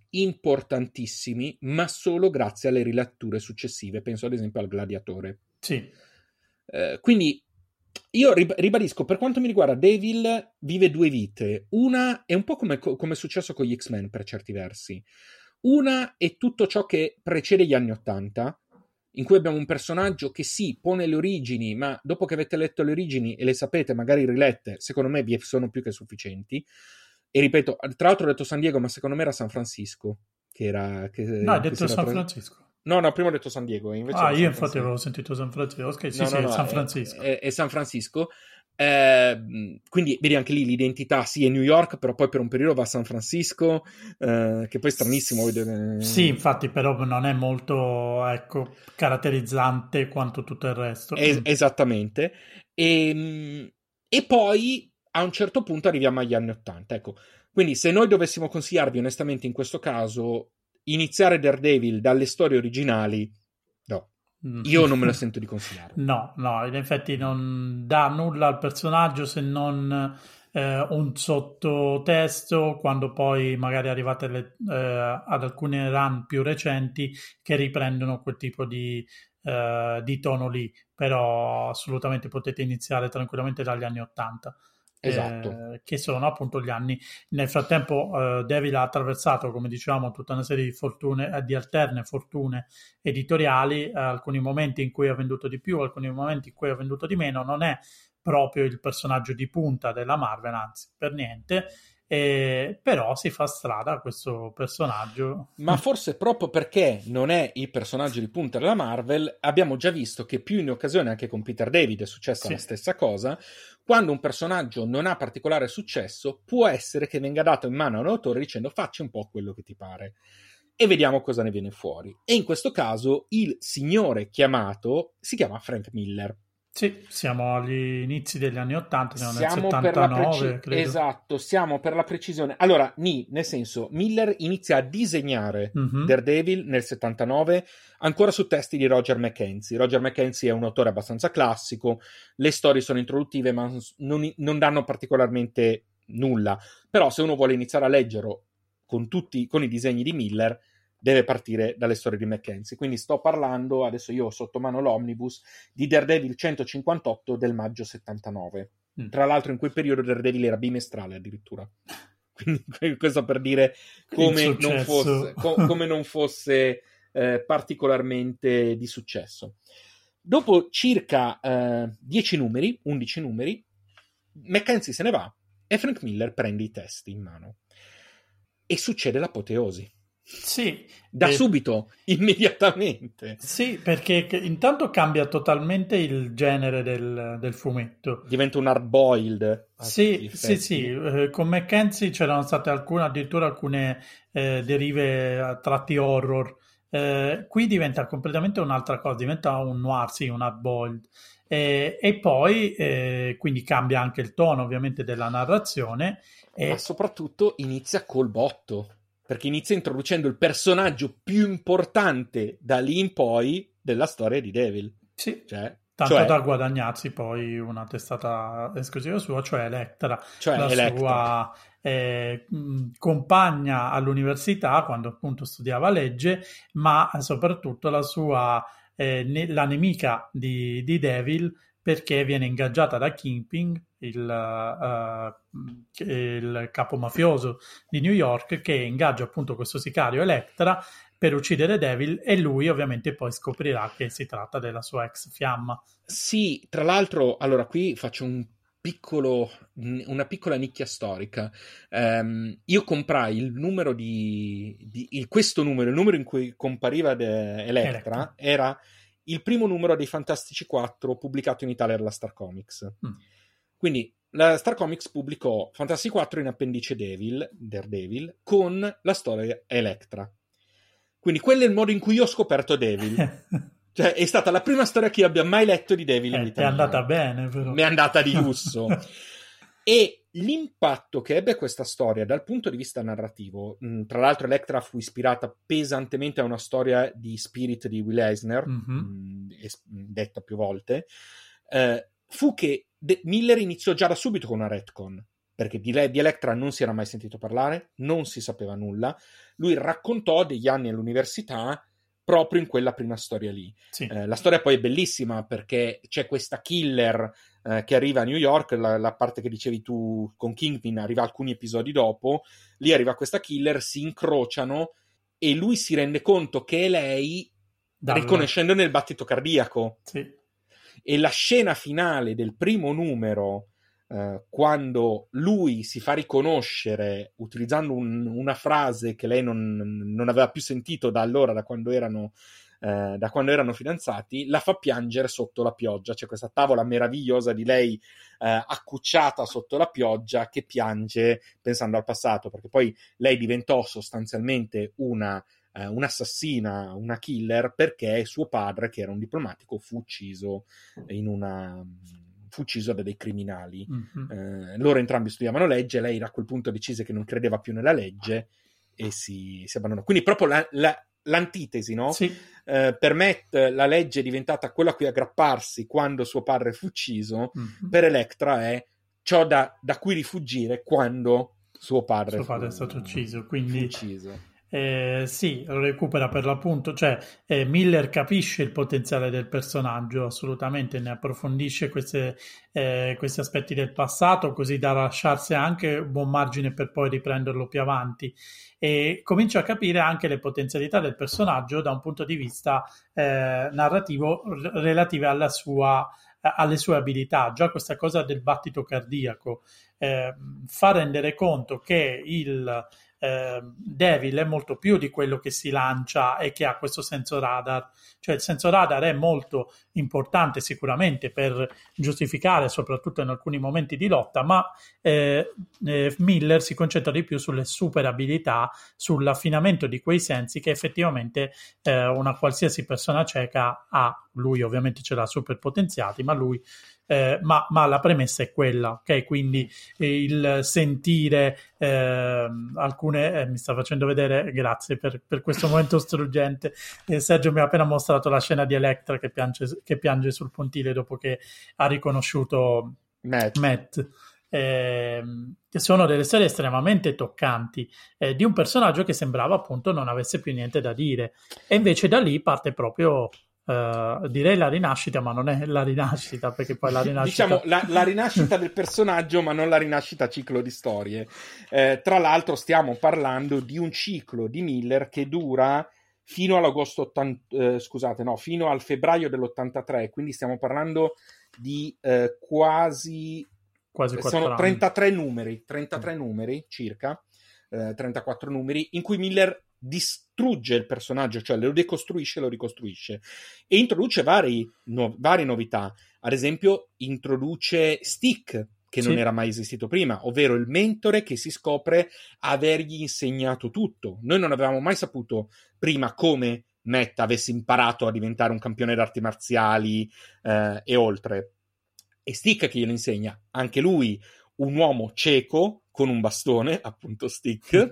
importantissimi, ma solo grazie alle riletture successive. Penso ad esempio al Gladiatore. Sì. Eh, quindi io ribadisco, per quanto mi riguarda, Devil vive due vite. Una è un po' come, come è successo con gli X-Men per certi versi. Una è tutto ciò che precede gli anni Ottanta, in cui abbiamo un personaggio che sì, pone le origini, ma dopo che avete letto le origini e le sapete, magari rilette, secondo me vi sono più che sufficienti. E ripeto, tra l'altro ho detto San Diego, ma secondo me era San Francisco. Che era, che, no, hai detto San tra... Francisco. No, no, prima ho detto San Diego. Invece ah, io San infatti Francisco. avevo sentito San Francisco. Ok, sì, no, sì, no, è no, San è, Francisco. È, è San Francisco. Eh, quindi vedi anche lì l'identità, sì, è New York, però poi per un periodo va a San Francisco, eh, che poi è stranissimo vedere. Sì, infatti, però non è molto, ecco, caratterizzante quanto tutto il resto. Es- Mm. esattamente. E, e poi a un certo punto arriviamo agli anni Ottanta. Ecco, quindi se noi dovessimo consigliarvi onestamente in questo caso iniziare Daredevil dalle storie originali, no. Io non me la sento di consigliare. No, no, in effetti non dà nulla al personaggio se non eh, un sottotesto quando poi magari arrivate le, eh, ad alcune run più recenti che riprendono quel tipo di, eh, di tono lì, però assolutamente potete iniziare tranquillamente dagli anni Ottanta. Esatto. Eh, che sono appunto gli anni. Nel frattempo, eh, Devil ha attraversato, come dicevamo, tutta una serie di fortune, eh, di alterne fortune editoriali, eh, alcuni momenti in cui ha venduto di più, alcuni momenti in cui ha venduto di meno. Non è proprio il personaggio di punta della Marvel, anzi, per niente. Eh, però si fa strada questo personaggio. Ma forse proprio perché non è il personaggio di punta della Marvel, abbiamo già visto che più in occasione anche con Peter David è successa Sì. la stessa cosa. Quando un personaggio non ha particolare successo, può essere che venga dato in mano a un autore dicendo facci un po' quello che ti pare e vediamo cosa ne viene fuori. E in questo caso il signore chiamato si chiama Frank Miller. Sì, siamo agli inizi degli anni Ottanta, siamo, siamo nel settantanove, per la preci- credo. Esatto, siamo per la precisione. Allora, ni, nel senso, Miller inizia a disegnare mm-hmm. Daredevil nel settantanove, ancora su testi di Roger McKenzie. Roger McKenzie è un autore abbastanza classico, le storie sono introduttive, ma non, non danno particolarmente nulla. Però se uno vuole iniziare a leggerlo con tutti, con i disegni di Miller, deve partire dalle storie di McKenzie. Quindi sto parlando, adesso io ho sotto mano l'omnibus, di Daredevil centocinquantotto del maggio settantanove. Mm. Tra l'altro in quel periodo Daredevil era bimestrale addirittura. Quindi questo per dire come non fosse, co- come non fosse eh, particolarmente di successo. Dopo circa eh, dieci numeri, undici numeri, McKenzie se ne va e Frank Miller prende i testi in mano. E succede l'apoteosi. Sì, da eh, subito, immediatamente. Sì, perché intanto cambia totalmente il genere del, del fumetto. Diventa un hard boiled. Sì, sì, sì. Eh, con McKenzie c'erano state alcune, addirittura alcune eh, derive a tratti horror. Eh, qui diventa completamente un'altra cosa, diventa un noir, sì, un hard boiled. Eh, e poi eh, quindi cambia anche il tono, ovviamente, della narrazione. Ma e... soprattutto inizia col botto. Perché inizia introducendo il personaggio più importante da lì in poi della storia di Devil. Sì, cioè, tanto cioè, da guadagnarsi poi una testata esclusiva sua, cioè Electra, cioè la Electra. sua eh, compagna all'università quando appunto studiava legge, ma soprattutto la sua eh, ne- la nemica di, di Devil, perché viene ingaggiata da Kingpin, il, uh, il capo mafioso di New York, che ingaggia appunto questo sicario Electra per uccidere Devil, e lui ovviamente poi scoprirà che si tratta della sua ex fiamma. Sì, tra l'altro, allora qui faccio un piccolo, una piccola nicchia storica. Um, io comprai il numero di, di il, questo numero, il numero in cui compariva de, Electra, Electra, era il primo numero dei Fantastici quattro pubblicato in Italia dalla Star Comics. Mm. Quindi la Star Comics pubblicò Fantastici quattro in appendice Devil, Daredevil, con la storia Electra. Quindi quello è il modo in cui io ho scoperto Devil. Cioè è stata la prima storia che io abbia mai letto di Devil in eh, vita mia. È mia. andata bene, però. Mi è andata di lusso. E l'impatto che ebbe questa storia dal punto di vista narrativo, mh, tra l'altro Electra fu ispirata pesantemente a una storia di Spirit di Will Eisner, mm-hmm. mh, es- detta più volte, eh, fu che De- Miller iniziò già da subito con una retcon, perché di, le- di Electra non si era mai sentito parlare, non si sapeva nulla. Lui raccontò degli anni all'università proprio in quella prima storia lì. Sì. Eh, la storia poi è bellissima perché c'è questa killer eh, che arriva a New York, la, la parte che dicevi tu con Kingpin arriva alcuni episodi dopo, lì arriva questa killer, si incrociano e lui si rende conto che è lei Dalla... riconoscendone il battito cardiaco. Sì. E la scena finale del primo numero, eh, quando lui si fa riconoscere utilizzando un, una frase che lei non, non aveva più sentito da allora, da quando erano eh, da quando erano fidanzati, la fa piangere sotto la pioggia. C'è questa tavola meravigliosa di lei eh, accucciata sotto la pioggia che piange pensando al passato, perché poi lei diventò sostanzialmente una un'assassina, una killer, perché suo padre, che era un diplomatico, fu ucciso in una fu ucciso da dei criminali. Mm-hmm. Eh, loro entrambi studiavano legge, lei a quel punto decise che non credeva più nella legge e si, si abbandonò. Quindi proprio la, la, l'antitesi, no? Sì. Eh, per Matt la legge è diventata quella a cui aggrapparsi quando suo padre fu ucciso, mm-hmm. per Electra è ciò da, da cui rifugire quando suo padre, suo fu, padre è stato ucciso. Quindi... fu ucciso. Eh, sì, lo recupera per l'appunto, cioè eh, Miller capisce il potenziale del personaggio, assolutamente, ne approfondisce queste, eh, questi aspetti del passato, così da lasciarsi anche un buon margine per poi riprenderlo più avanti, e comincia a capire anche le potenzialità del personaggio da un punto di vista eh, narrativo r- relative alla sua, eh, alle sue abilità. Già questa cosa del battito cardiaco eh, fa rendere conto che il Eh, Devil è molto più di quello che si lancia e che ha questo senso radar, cioè il senso radar è molto importante sicuramente per giustificare soprattutto in alcuni momenti di lotta, ma eh, eh, Miller si concentra di più sulle super abilità, sull'affinamento di quei sensi che effettivamente eh, una qualsiasi persona cieca ha. Lui ovviamente ce l'ha super potenziati, ma lui Eh, ma, ma la premessa è quella, ok? Quindi eh, il sentire eh, alcune, eh, mi sta facendo vedere, grazie per, per questo momento struggente, eh, Sergio mi ha appena mostrato la scena di Electra che piange, che piange sul pontile dopo che ha riconosciuto Matt, Matt. Eh, che sono delle storie estremamente toccanti eh, di un personaggio che sembrava appunto non avesse più niente da dire, e invece da lì parte proprio Uh, direi la rinascita, ma non è la rinascita, perché poi la rinascita diciamo la, la rinascita del personaggio, ma non la rinascita ciclo di storie. Eh, tra l'altro stiamo parlando di un ciclo di Miller che dura fino all'agosto ottanta, eh, scusate no fino al febbraio dell'ottantatré, quindi stiamo parlando di eh, quasi quasi sono anni. trentatré numeri trentatré mm. numeri circa eh, trentaquattro numeri in cui Miller distrugge il personaggio, cioè lo decostruisce e lo ricostruisce, e introduce vari, no, varie novità. Ad esempio introduce Stick, che sì. non era mai esistito prima, ovvero il mentore che si scopre avergli insegnato tutto. Noi non avevamo mai saputo prima come Matt avesse imparato a diventare un campione d'arti marziali eh, e oltre. E Stick che glielo insegna, anche lui un uomo cieco con un bastone, appunto Stick,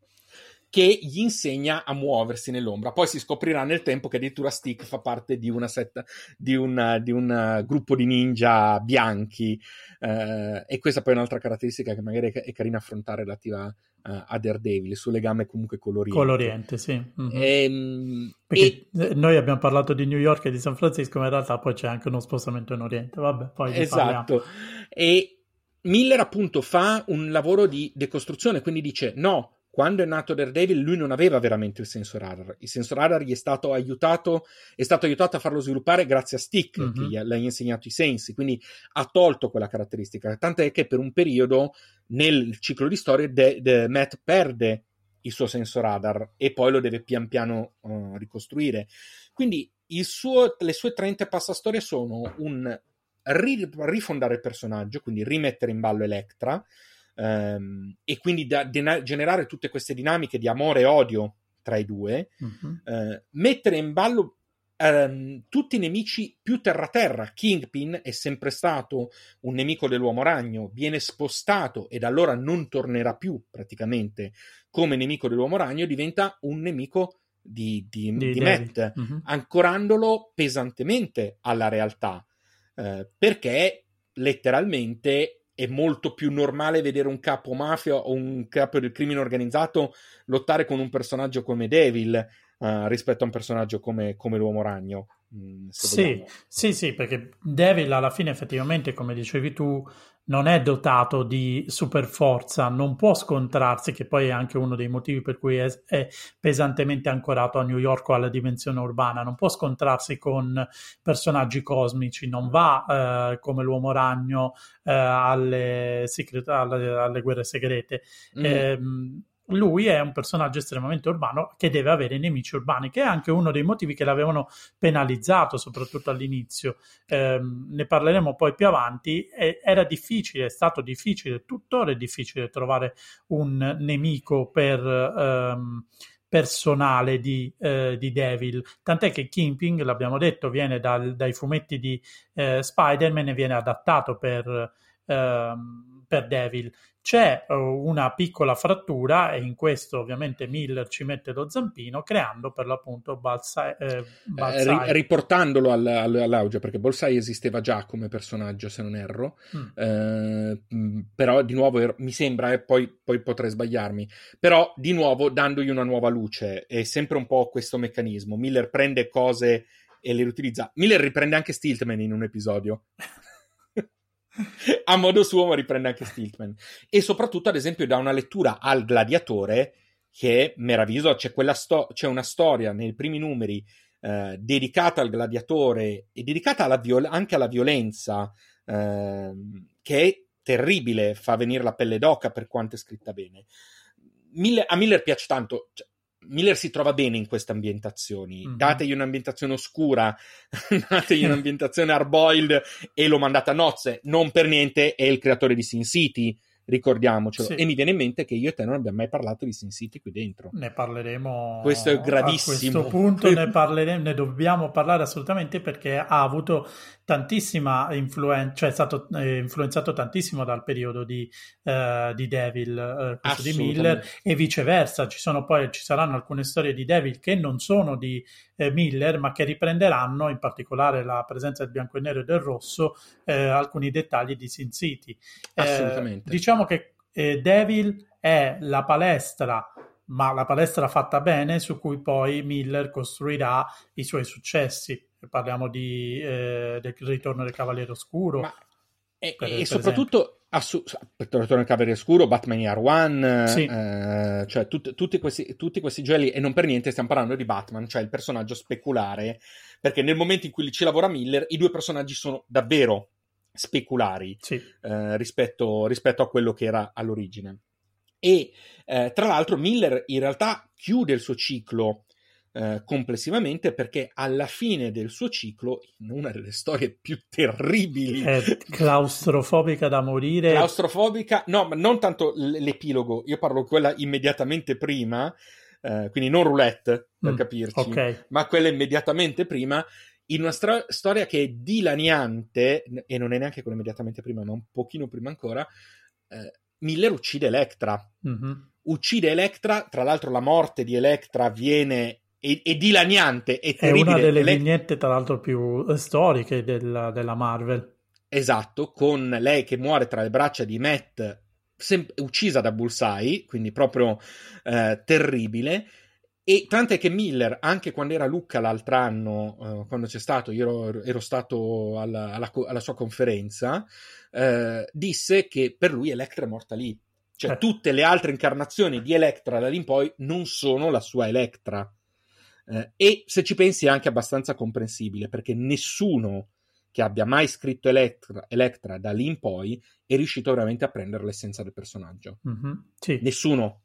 che gli insegna a muoversi nell'ombra. Poi si scoprirà nel tempo che addirittura Stick fa parte di una setta, di un, di un gruppo di ninja bianchi, eh, e questa poi è un'altra caratteristica che magari è carina affrontare relativa uh, a Daredevil, il suo legame comunque coloriente. Coloriente, sì. Mm-hmm. E, Perché e... noi abbiamo parlato di New York e di San Francisco, ma in realtà poi c'è anche uno spostamento in Oriente. Vabbè, poi esatto. E Miller appunto fa un lavoro di decostruzione, quindi dice no, quando è nato Daredevil lui non aveva veramente il senso radar, il senso radar gli è stato aiutato è stato aiutato a farlo sviluppare grazie a Stick, mm-hmm. che gli ha, gli ha insegnato i sensi, quindi ha tolto quella caratteristica, tant'è che per un periodo nel ciclo di storie de, de Matt perde il suo senso radar e poi lo deve pian piano uh, ricostruire. Quindi il suo, le sue trenta passastorie sono un ri, rifondare il personaggio, quindi rimettere in ballo Electra, Um, e quindi da, de, generare tutte queste dinamiche di amore e odio tra i due, uh-huh. uh, mettere in ballo um, tutti i nemici più terra-terra. Kingpin è sempre stato un nemico dell'Uomo Ragno, viene spostato e da allora non tornerà più praticamente come nemico dell'Uomo Ragno, diventa un nemico di, di, di, di Matt, uh-huh. ancorandolo pesantemente alla realtà, uh, perché letteralmente è molto più normale vedere un capo mafia o un capo del crimine organizzato lottare con un personaggio come Devil. uh, rispetto a un personaggio come, come l'Uomo Ragno. Mh, se Sì, vogliamo. sì, sì, perché Devil alla fine effettivamente, come dicevi tu, non è dotato di super forza, non può scontrarsi, che poi è anche uno dei motivi per cui è, è pesantemente ancorato a New York o alla dimensione urbana, non può scontrarsi con personaggi cosmici, non va eh, come l'Uomo Ragno eh, alle, secret- alle, alle guerre segrete. Mm. Ehm, lui è un personaggio estremamente urbano che deve avere nemici urbani, che è anche uno dei motivi che l'avevano penalizzato, soprattutto all'inizio. Eh, ne parleremo poi più avanti. E era difficile, è stato difficile, tuttora è difficile trovare un nemico per ehm, personale di, eh, di Devil, tant'è che Kingpin, l'abbiamo detto, viene dal, dai fumetti di eh, Spider-Man e viene adattato per, ehm, per Devil. C'è uh, una piccola frattura e in questo ovviamente Miller ci mette lo zampino, creando per l'appunto Bullseye. Eh, Eh, riportandolo all, all, all'auge, perché Bullseye esisteva già come personaggio, se non erro, mm. eh, però di nuovo er- mi sembra, e eh, poi, poi potrei sbagliarmi, però di nuovo dandogli una nuova luce. È sempre un po' questo meccanismo. Miller prende cose e le riutilizza. Miller riprende anche Stiltman in un episodio. A modo suo, ma riprende anche Stiltman. E soprattutto, ad esempio, da una lettura al Gladiatore che è meravigliosa. C'è, quella sto- c'è una storia nei primi numeri eh, dedicata al Gladiatore e dedicata alla viol- anche alla violenza, eh, che è terribile, fa venire la pelle d'oca per quanto è scritta bene. Miller, a Miller piace tanto. Cioè, Miller si trova bene in queste ambientazioni. Mm-hmm. Dategli un'ambientazione oscura, dategli un'ambientazione hard-boiled e lo mandate a nozze. Non per niente è il creatore di Sin City, ricordiamocelo. Sì. E mi viene in mente che io e te non abbiamo mai parlato di Sin City qui dentro. Ne parleremo. Questo è gravissimo. A questo punto ne parleremo, ne dobbiamo parlare assolutamente, perché ha avuto tantissima influenza, cioè è stato eh, influenzato tantissimo dal periodo di, eh, di Devil, eh, questo di Miller, e viceversa. Ci sono poi, ci saranno alcune storie di Devil che non sono di eh, Miller, ma che riprenderanno, in particolare la presenza del bianco e nero e del rosso, eh, alcuni dettagli di Sin City. Assolutamente. Eh, diciamo che eh, Devil è la palestra, ma la palestra fatta bene, su cui poi Miller costruirà i suoi successi. Parliamo di eh, del ritorno del Cavaliere Oscuro. Ma, e per, e per soprattutto assu- per il ritorno del Cavaliere Oscuro, Batman Year One, sì. eh, cioè tut- tutti, questi, tutti questi giochi, e non per niente stiamo parlando di Batman, cioè il personaggio speculare, perché nel momento in cui ci lavora Miller, i due personaggi sono davvero speculari, sì. eh, rispetto, rispetto a quello che era all'origine. E eh, tra l'altro Miller in realtà chiude il suo ciclo eh, complessivamente, perché alla fine del suo ciclo, in una delle storie più terribili, è claustrofobica da morire, claustrofobica, no, ma non tanto l'epilogo, io parlo quella immediatamente prima, eh, quindi non roulette per mm, capirci, okay. ma quella immediatamente prima, in una stra- storia che è dilaniante, e non è neanche quella immediatamente prima, ma un pochino prima ancora. eh, Miller uccide Electra. Mm-hmm. Uccide Electra, tra l'altro la morte di Electra viene è, è dilaniante, è terribile. È una delle Elect- vignette tra l'altro più storiche della, della Marvel. Esatto, con lei che muore tra le braccia di Matt, sem- uccisa da Bullseye, quindi proprio eh, terribile. E tant'è che Miller, anche quando era a Lucca l'altro anno, uh, quando c'è stato, io ero, ero stato alla, alla, alla sua conferenza, uh, disse che per lui Electra è morta lì. Cioè eh. tutte le altre incarnazioni di Electra da lì in poi non sono la sua Electra. Uh, e se ci pensi è anche abbastanza comprensibile, perché nessuno che abbia mai scritto Electra, Electra da lì in poi è riuscito veramente a prendere l'essenza del personaggio. Mm-hmm. Sì. Nessuno.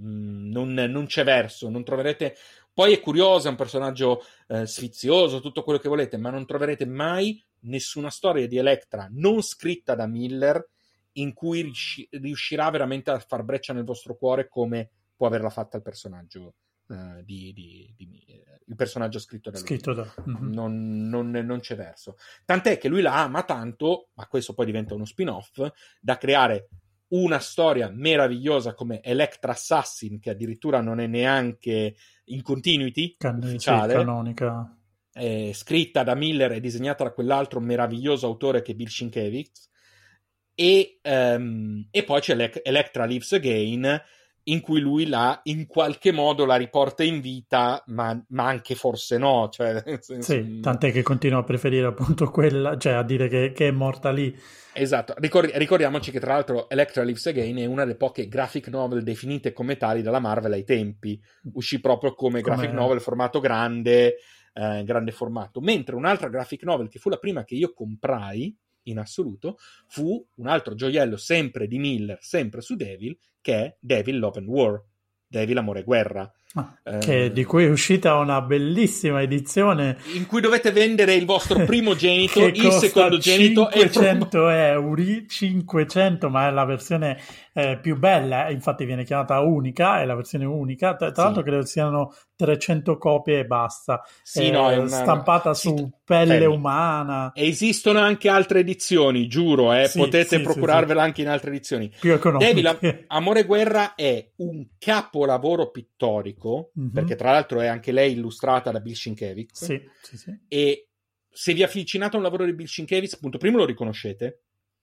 Non, non c'è verso, non troverete. Poi è curioso, è un personaggio eh, sfizioso, tutto quello che volete, ma non troverete mai nessuna storia di Electra non scritta da Miller in cui riusci- riuscirà veramente a far breccia nel vostro cuore come può averla fatta il personaggio eh, di, di, di il personaggio scritto da lui. Scritto da... Mm-hmm. non, non, non c'è verso. Tant'è che lui la ama tanto, ma questo poi diventa uno spin-off, da creare una storia meravigliosa come Electra Assassin, che addirittura non è neanche in continuity Can- ufficiale, sì, canonica, è scritta da Miller e disegnata da quell'altro meraviglioso autore che è Bill Sienkiewicz, e, um, e poi c'è Elec- Electra Lives Again, in cui lui la, in qualche modo la riporta in vita, ma, ma anche forse no. Cioè, nel senso, Sì, tant'è che continua a preferire appunto quella, cioè a dire che, che è morta lì. Esatto, Ricordi- ricordiamoci che tra l'altro Elektra Lives Again è una delle poche graphic novel definite come tali dalla Marvel ai tempi. Uscì proprio come, Come- graphic novel formato grande, eh, grande formato. Mentre un'altra graphic novel, che fu la prima che io comprai in assoluto, fu un altro gioiello sempre di Miller, sempre su Devil, che è Devil Love and War, Devil Amore e Guerra. Ah, Eh, che di cui è uscita una bellissima edizione in cui dovete vendere il vostro primogenito, che il costa secondogenito e il pro- cinquecento euro, cinquecento, ma è la versione eh, più bella, infatti viene chiamata unica, è la versione unica, tra, tra Sì. l'altro credo siano trecento copie e basta, Sì, eh, no, è una- stampata sì, su pelle Fermi. umana, Esistono anche altre edizioni, giuro, eh, Sì, potete sì, sì, procurarvela anche in altre edizioni. più Devil Am- economiche. Amore e Guerra è un capolavoro pittorico, Mhm. perché tra l'altro è anche lei illustrata da Bill Sienkiewicz, Sì, sì, sì. e se vi avvicinate a un lavoro di Bill Sienkiewicz, punto primo lo riconoscete,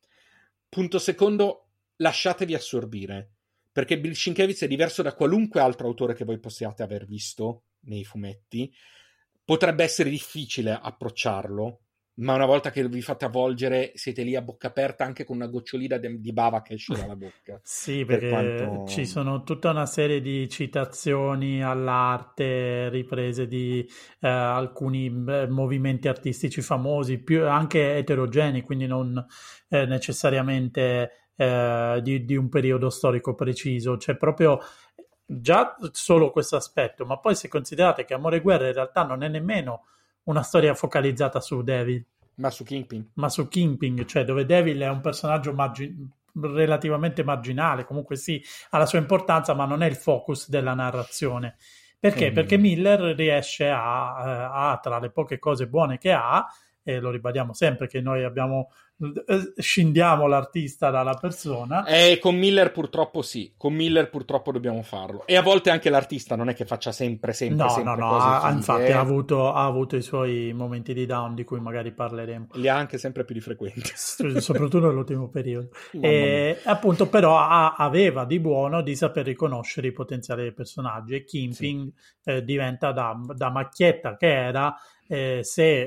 punto secondo lasciatevi assorbire, perché Bill Sienkiewicz è diverso da qualunque altro autore che voi possiate aver visto nei fumetti. Potrebbe essere difficile approcciarlo, ma una volta che vi fate avvolgere siete lì a bocca aperta anche con una gocciolina de- di bava che esce dalla bocca. Sì, Per perché quanto- ci sono tutta una serie di citazioni all'arte, riprese di eh, alcuni eh, movimenti artistici famosi, più anche eterogenei, quindi non eh, necessariamente eh, di, di un periodo storico preciso. C'è proprio già solo questo aspetto, ma poi se considerate che Amore e Guerra in realtà non è nemmeno una storia focalizzata su Devil, Ma su Kingpin? ma su Kingpin, cioè dove Devil è un personaggio margi- relativamente marginale, comunque sì, ha la sua importanza, ma non è il focus della narrazione. Perché? Mm. Perché Miller riesce a, eh, a, tra le poche cose buone che ha, e lo ribadiamo sempre che noi abbiamo eh, scindiamo l'artista dalla persona. Eh, con Miller purtroppo sì, con Miller purtroppo dobbiamo farlo. E a volte anche l'artista non è che faccia sempre, sempre, No, sempre no, no, cose ha, fighe, infatti eh. ha avuto, ha avuto i suoi momenti di down di cui magari parleremo. Li ha anche sempre più di frequenti. Soprattutto nell'ultimo periodo. Mamma E, appunto, però ha- aveva di buono di saper riconoscere i potenziali dei personaggi, e Kingpin eh, diventa da, da macchietta che era eh, se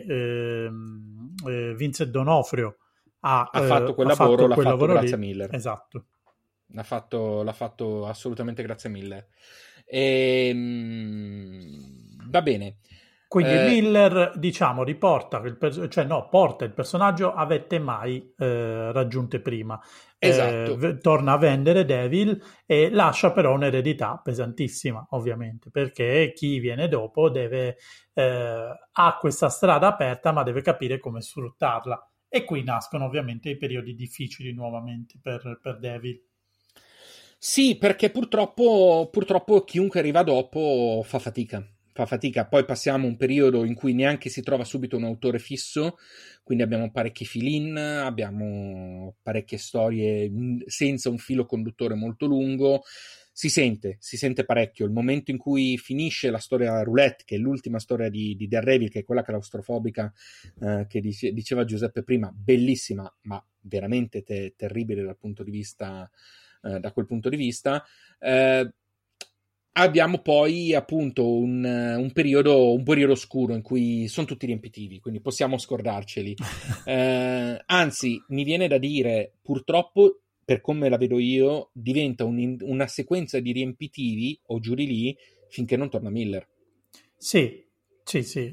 ehm, eh, Vincent D'Onofrio ha, Ha eh, fatto quel ha lavoro, fatto l'ha quel fatto lavoro grazie lì. a Miller. Esatto. L'ha fatto, l'ha fatto assolutamente grazie a Miller. Ehm, va bene. Quindi Eh, Miller, diciamo, riporta, il pers- cioè no, porta il personaggio avette mai eh, raggiunte prima. Esatto. Eh, v- torna a vendere Devil e lascia però un'eredità pesantissima, ovviamente, perché chi viene dopo deve eh, ha questa strada aperta, ma deve capire come sfruttarla. E qui nascono ovviamente i periodi difficili nuovamente per, per Devil. Sì, perché purtroppo, purtroppo chiunque arriva dopo fa fatica. Fa fatica. Poi passiamo un periodo in cui neanche si trova subito un autore fisso, quindi abbiamo parecchi fill-in, abbiamo parecchie storie senza un filo conduttore molto lungo. Si sente, si sente parecchio. Il momento in cui finisce la storia Roulette, che è l'ultima storia di, di Daredevil, che è quella claustrofobica eh, che dice, diceva Giuseppe prima, bellissima, ma veramente te- terribile dal punto di vista, eh, da quel punto di vista. Eh, abbiamo poi appunto un, un periodo un periodo oscuro in cui sono tutti riempitivi, quindi possiamo scordarceli. Eh, anzi, mi viene da dire, purtroppo, per come la vedo io, diventa un, una sequenza di riempitivi o giù di lì finché non torna Miller. Sì, sì, sì,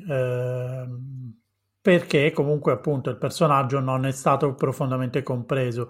ehm, perché comunque appunto il personaggio non è stato profondamente compreso.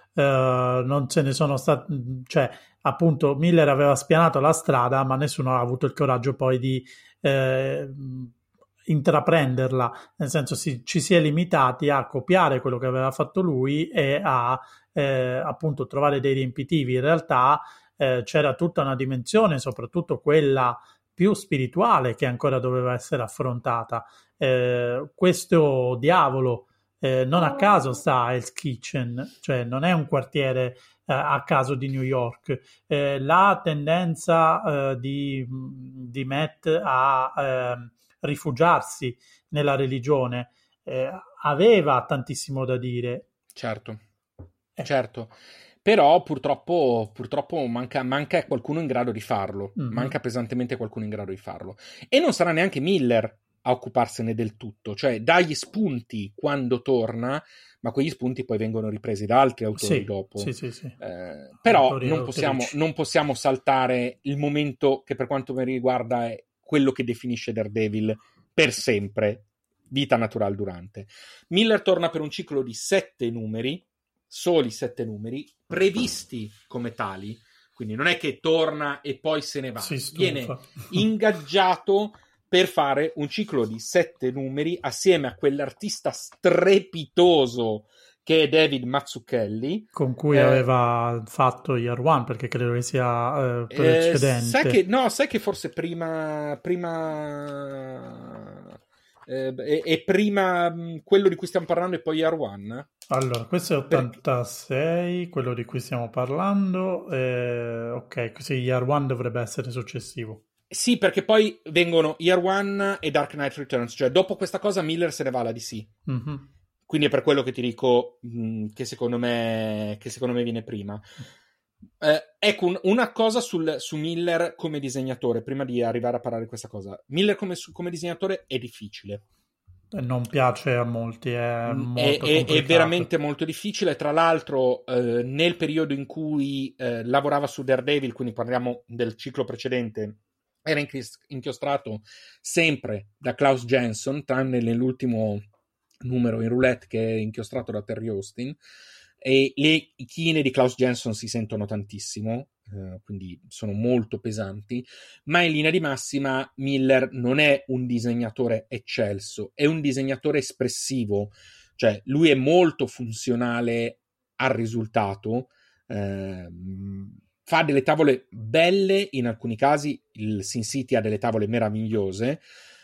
Eh, non ce ne sono stati, cioè appunto Miller aveva spianato la strada, ma nessuno ha avuto il coraggio poi di eh, intraprenderla, nel senso si, ci si è limitati a copiare quello che aveva fatto lui e a eh, appunto trovare dei riempitivi. In realtà eh, c'era tutta una dimensione, soprattutto quella più spirituale, che ancora doveva essere affrontata. Eh, questo diavolo eh, non a caso sta a Hell's Kitchen, cioè non è un quartiere eh, a caso di New York. Eh, la tendenza eh, di, di Matt a eh, rifugiarsi nella religione eh, aveva tantissimo da dire. Certo, Eh. certo. Però purtroppo, purtroppo manca, manca qualcuno in grado di farlo, Mhm. manca pesantemente qualcuno in grado di farlo. E non sarà neanche Miller a occuparsene del tutto, cioè dagli spunti quando torna, ma quegli spunti poi vengono ripresi da altri autori Sì, dopo. sì, sì, sì. Eh, però Autori e non possiamo, autrici. non possiamo saltare il momento che per quanto mi riguarda è quello che definisce Daredevil per sempre, vita naturale durante. Miller torna per un ciclo di sette numeri, soli sette numeri, previsti come tali, quindi non è che torna e poi se ne va, Si stufa. viene ingaggiato per fare un ciclo di sette numeri assieme a quell'artista strepitoso che è David Mazzucchelli, Con cui eh, aveva fatto Year One, perché credo che sia eh, eh, precedente. sai che no, sai che forse prima prima eh, e, e prima mh, quello di cui stiamo parlando e poi Year One? Allora, questo è Per- ottantasei, quello di cui stiamo parlando. eh, ok, così Year One dovrebbe essere successivo. Sì, perché poi vengono Year One e Dark Knight Returns, cioè dopo questa cosa Miller se ne va alla D C. Mhm. Quindi è per quello che ti dico mh, che secondo me che secondo me viene prima. Eh, ecco, un- una cosa sul- su Miller come disegnatore, prima di arrivare a parlare di questa cosa. Miller come, su- come disegnatore è difficile. E non piace a molti, è Mm, È, molto è- è complicato. veramente molto difficile. Tra l'altro, eh, nel periodo in cui eh, lavorava su Daredevil, quindi parliamo del ciclo precedente, era inchis- inchiostrato sempre da Klaus Jensen, tranne nell'ultimo numero in roulette che è inchiostrato da Terry Austin. E le chine di Klaus Jensen si sentono tantissimo, eh, quindi sono molto pesanti, ma in linea di massima Miller non è un disegnatore eccelso, è un disegnatore espressivo, cioè lui è molto funzionale al risultato, ehm, fa delle tavole belle, in alcuni casi il Sin City ha delle tavole meravigliose.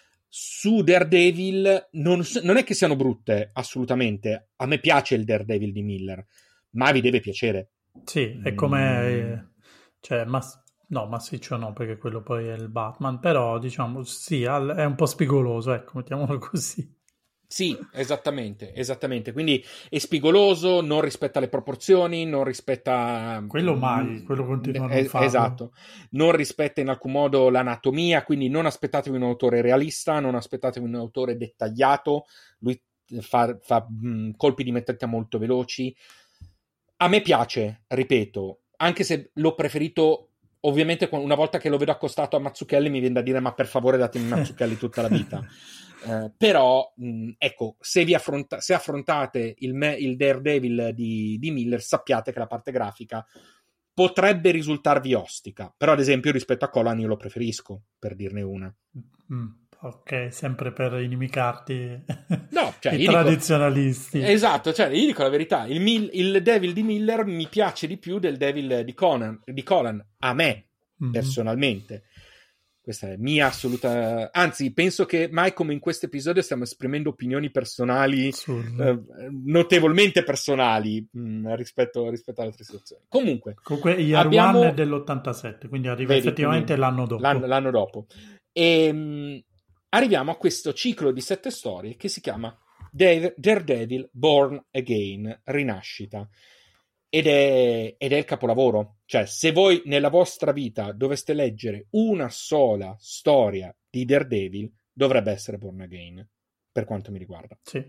Su Daredevil non, non è che siano brutte, assolutamente. A me piace il Daredevil di Miller, ma vi deve piacere. Sì, è Mm, come... Cioè, mas- no, massiccio no, perché quello poi è il Batman, però diciamo sì, al- è un po' spigoloso, ecco, mettiamolo così. Sì, esattamente, esattamente. Quindi è spigoloso, non rispetta le proporzioni, non rispetta... Quello mai, quello continua a non eh, farlo. Esatto, non rispetta in alcun modo l'anatomia, quindi non aspettatevi un autore realista, non aspettatevi un autore dettagliato, lui fa, fa mh, colpi di mentalità molto veloci. A me piace, ripeto, anche se l'ho preferito, ovviamente una volta che lo vedo accostato a Mazzucchelli mi viene da dire ma per favore datemi Mazzucchelli tutta la vita. Uh, però mh, ecco, se vi affronta- se affrontate il, me- il Daredevil di-, di Miller, sappiate che la parte grafica potrebbe risultarvi ostica, però ad esempio rispetto a Colan io lo preferisco, per dirne una. Mm, ok, sempre per inimicarti No, cioè i io dico, tradizionalisti. esatto, cioè io dico la verità, il, Mil- il Devil di Miller mi piace di più del Devil di Conan, di Colan a me Mhm. personalmente. Questa è mia assoluta... Anzi, penso che mai come in questo episodio stiamo esprimendo opinioni personali Sul- eh, notevolmente personali mh, rispetto, rispetto alle altre situazioni. Comunque, Comunque Year abbiamo... One è dell'ottantasette, quindi arriva Vedi, effettivamente quindi l'anno dopo. L'anno, l'anno dopo. E mh, arriviamo a questo ciclo di sette storie che si chiama Dare- Daredevil Born Again, Rinascita. Ed è, ed è il capolavoro. Cioè, se voi nella vostra vita doveste leggere una sola storia di Daredevil, dovrebbe essere Born Again, per quanto mi riguarda. Sì.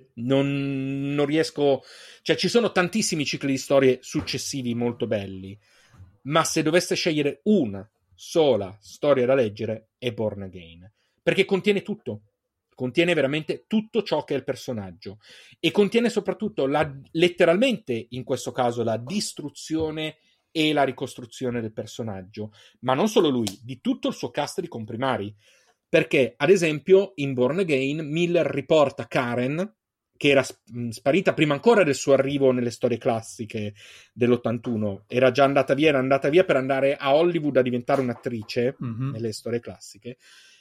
Non, non riesco... Cioè, ci sono tantissimi cicli di storie successivi molto belli, ma se doveste scegliere una sola storia da leggere, è Born Again. Perché contiene tutto. Contiene veramente tutto ciò che è il personaggio e contiene soprattutto la, letteralmente in questo caso la distruzione e la ricostruzione del personaggio, ma non solo lui, di tutto il suo cast di comprimari, perché ad esempio in Born Again Miller riporta Karen, che era sparita prima ancora del suo arrivo nelle storie classiche dell'ottantuno, era già andata via, era andata via per andare a Hollywood a diventare un'attrice mm-hmm. nelle storie classiche,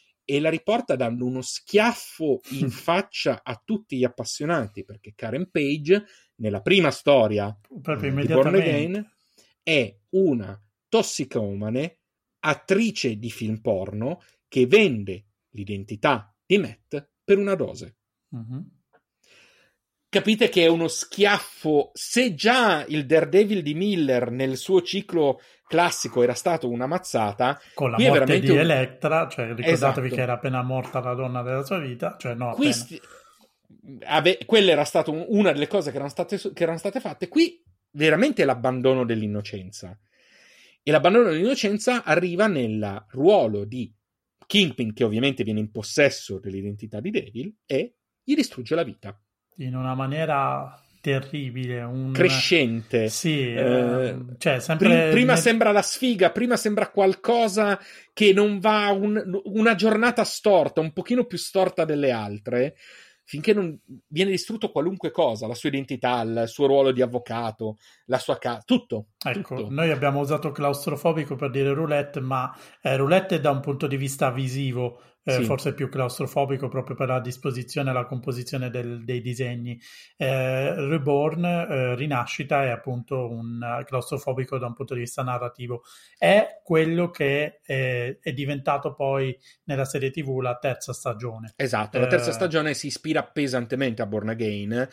e la riporta dando uno schiaffo in faccia a tutti gli appassionati, perché Karen Page, nella prima storia Proprio eh, di Born Again, è una tossicomane, attrice di film porno, che vende l'identità di Matt per una dose. Mm-hmm. capite che è uno schiaffo. Se già il Daredevil di Miller nel suo ciclo classico era stato una mazzata, con la qui è morte veramente di un... Electra, cioè ricordatevi Esatto. che era appena morta la donna della sua vita, cioè no, Qui appena. sti- ave- quella era stata un- una delle cose che erano state, che erano state fatte. Qui veramente è l'abbandono dell'innocenza. E l'abbandono dell'innocenza arriva nel ruolo di Kingpin, che ovviamente viene in possesso dell'identità di Devil e gli distrugge la vita. In una maniera terribile, un... crescente. Sì, eh, eh, cioè sempre... Prima, prima ne... sembra la sfiga, prima sembra qualcosa che non va, un, una giornata storta, un pochino più storta delle altre, finché non viene distrutto qualunque cosa, la sua identità, il suo ruolo di avvocato, la sua casa, tutto. Ecco, tutto. noi abbiamo usato claustrofobico per dire roulette, ma eh, roulette è da un punto di vista visivo, eh, Sì. forse più claustrofobico proprio per la disposizione e la composizione del, dei disegni. Eh, Reborn, eh, Rinascita, è appunto un uh, claustrofobico da un punto di vista narrativo. È quello che è, è diventato poi nella serie tivù la terza stagione. Esatto, la terza Eh, stagione si ispira pesantemente a Born Again e,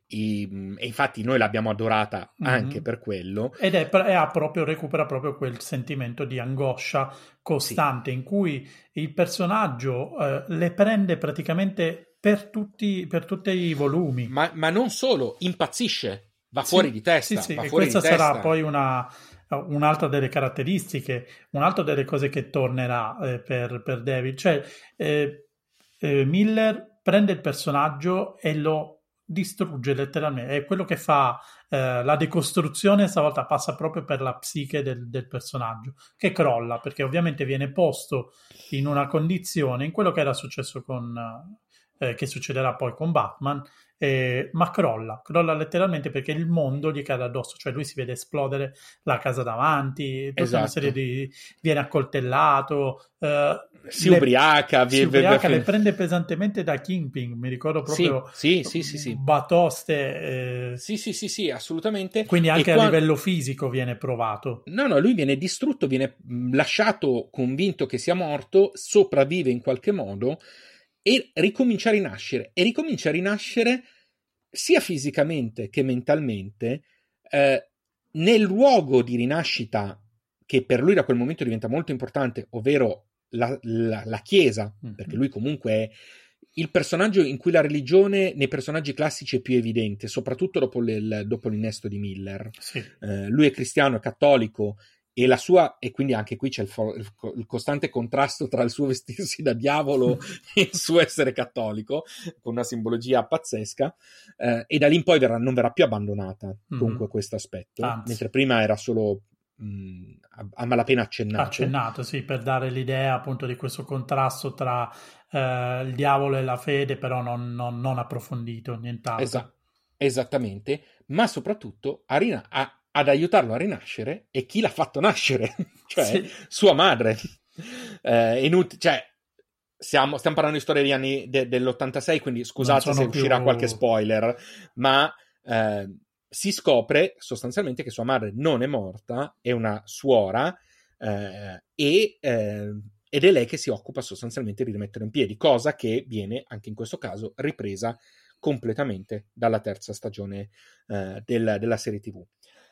e infatti noi l'abbiamo adorata anche mm-hmm. per quello. Ed è, è ha proprio, recupera proprio quel sentimento di angoscia costante, sì, in cui il personaggio eh, le prende praticamente per tutti, per tutti i volumi. Ma, ma non solo, impazzisce, va sì, fuori di testa. Sì, sì, va e fuori questa di sarà testa. poi una, un'altra delle caratteristiche, un'altra delle cose che tornerà eh, per, per David. Cioè, eh, eh, Miller prende il personaggio e lo distrugge letteralmente, è quello che fa eh, la decostruzione. Stavolta passa proprio per la psiche del, del personaggio, che crolla, perché ovviamente viene posto in una condizione, in quello che era successo con eh, che succederà poi con Batman, eh, ma crolla, crolla letteralmente perché il mondo gli cade addosso, cioè lui si vede esplodere la casa davanti, tutta esatto. una serie di... viene accoltellato, eh, si le, ubriaca, si ubriaca, le prende pesantemente da Kingpin, mi ricordo proprio sì, sì, sì, sì, batoste, eh, sì, sì, sì, sì, assolutamente. quindi anche e a qua... livello fisico viene provato. No, no, lui viene distrutto, viene lasciato convinto che sia morto, sopravvive in qualche modo e ricomincia a rinascere, e ricomincia a rinascere sia fisicamente che mentalmente, eh, nel luogo di rinascita che per lui da quel momento diventa molto importante, ovvero la, la, la Chiesa, mm-hmm. perché lui comunque è il personaggio in cui la religione nei personaggi classici è più evidente, soprattutto dopo, il, dopo l'innesto di Miller. Sì. Eh, lui è cristiano, è cattolico, e la sua, e quindi anche qui c'è il, for, il, il costante contrasto tra il suo vestirsi da diavolo e il suo essere cattolico, con una simbologia pazzesca, eh, e da lì in poi verrà, non verrà più abbandonata mm-hmm. comunque questo aspetto, Anzi. mentre prima era solo mh, a, a malapena accennato. Accennato, sì, per dare l'idea appunto di questo contrasto tra eh, il diavolo e la fede, però non, non, non approfondito, nient'altro. Esa- esattamente, ma soprattutto a rina- a, ad aiutarlo a rinascere e chi l'ha fatto nascere, cioè sì. sua madre. Eh, inut- cioè, siamo, stiamo parlando di storie degli anni de- dell'ottantasei, quindi scusate se più... uscirà qualche spoiler, ma eh, si scopre sostanzialmente che sua madre non è morta, è una suora, eh, e, eh, ed è lei che si occupa sostanzialmente di rimettere in piedi, cosa che viene anche in questo caso ripresa completamente dalla terza stagione eh, del, della serie tivù.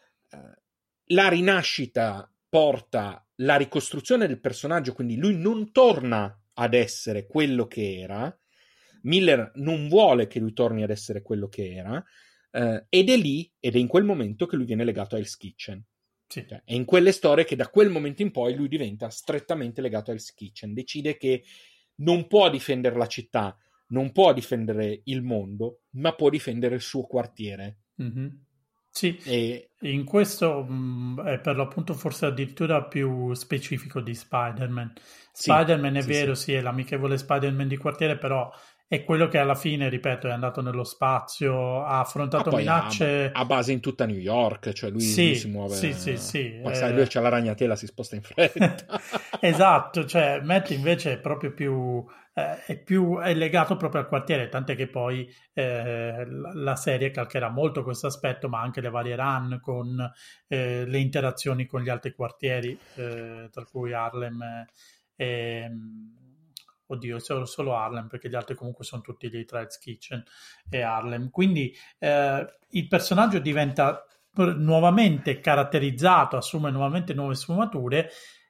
La rinascita porta la ricostruzione del personaggio, quindi lui non torna ad essere quello che era, Miller non vuole che lui torni ad essere quello che era, eh, ed è lì, ed è in quel momento che lui viene legato a Hell's Kitchen. Sì. Cioè, è in quelle storie che da quel momento in poi lui diventa strettamente legato a Hell's Kitchen, decide che non può difendere la città, non può difendere il mondo, ma può difendere il suo quartiere. Mm-hmm. Sì, e... in questo mh, è per l'appunto forse addirittura più specifico di Spider-Man. Spider-Man sì, è sì, vero, sì. sì, è l'amichevole Spider-Man di quartiere, però è quello che alla fine, ripeto, è andato nello spazio, ha affrontato ah, minacce... Ha, ha base in tutta New York, cioè lui, sì, lui si muove... Sì, sì, sì. Poi eh... sai, lui c'ha la ragnatela, si sposta in fretta. Esatto, cioè Matt invece è proprio più... Eh, è più è legato proprio al quartiere, tant'è che poi eh, la, la serie calcherà molto questo aspetto, ma anche le varie run con eh, le interazioni con gli altri quartieri, eh, tra cui Harlem e... e oddio, solo, solo Harlem, perché gli altri comunque sono tutti lì tra Hell's Kitchen e Harlem. Quindi eh, il personaggio diventa nuovamente caratterizzato, assume nuovamente nuove sfumature.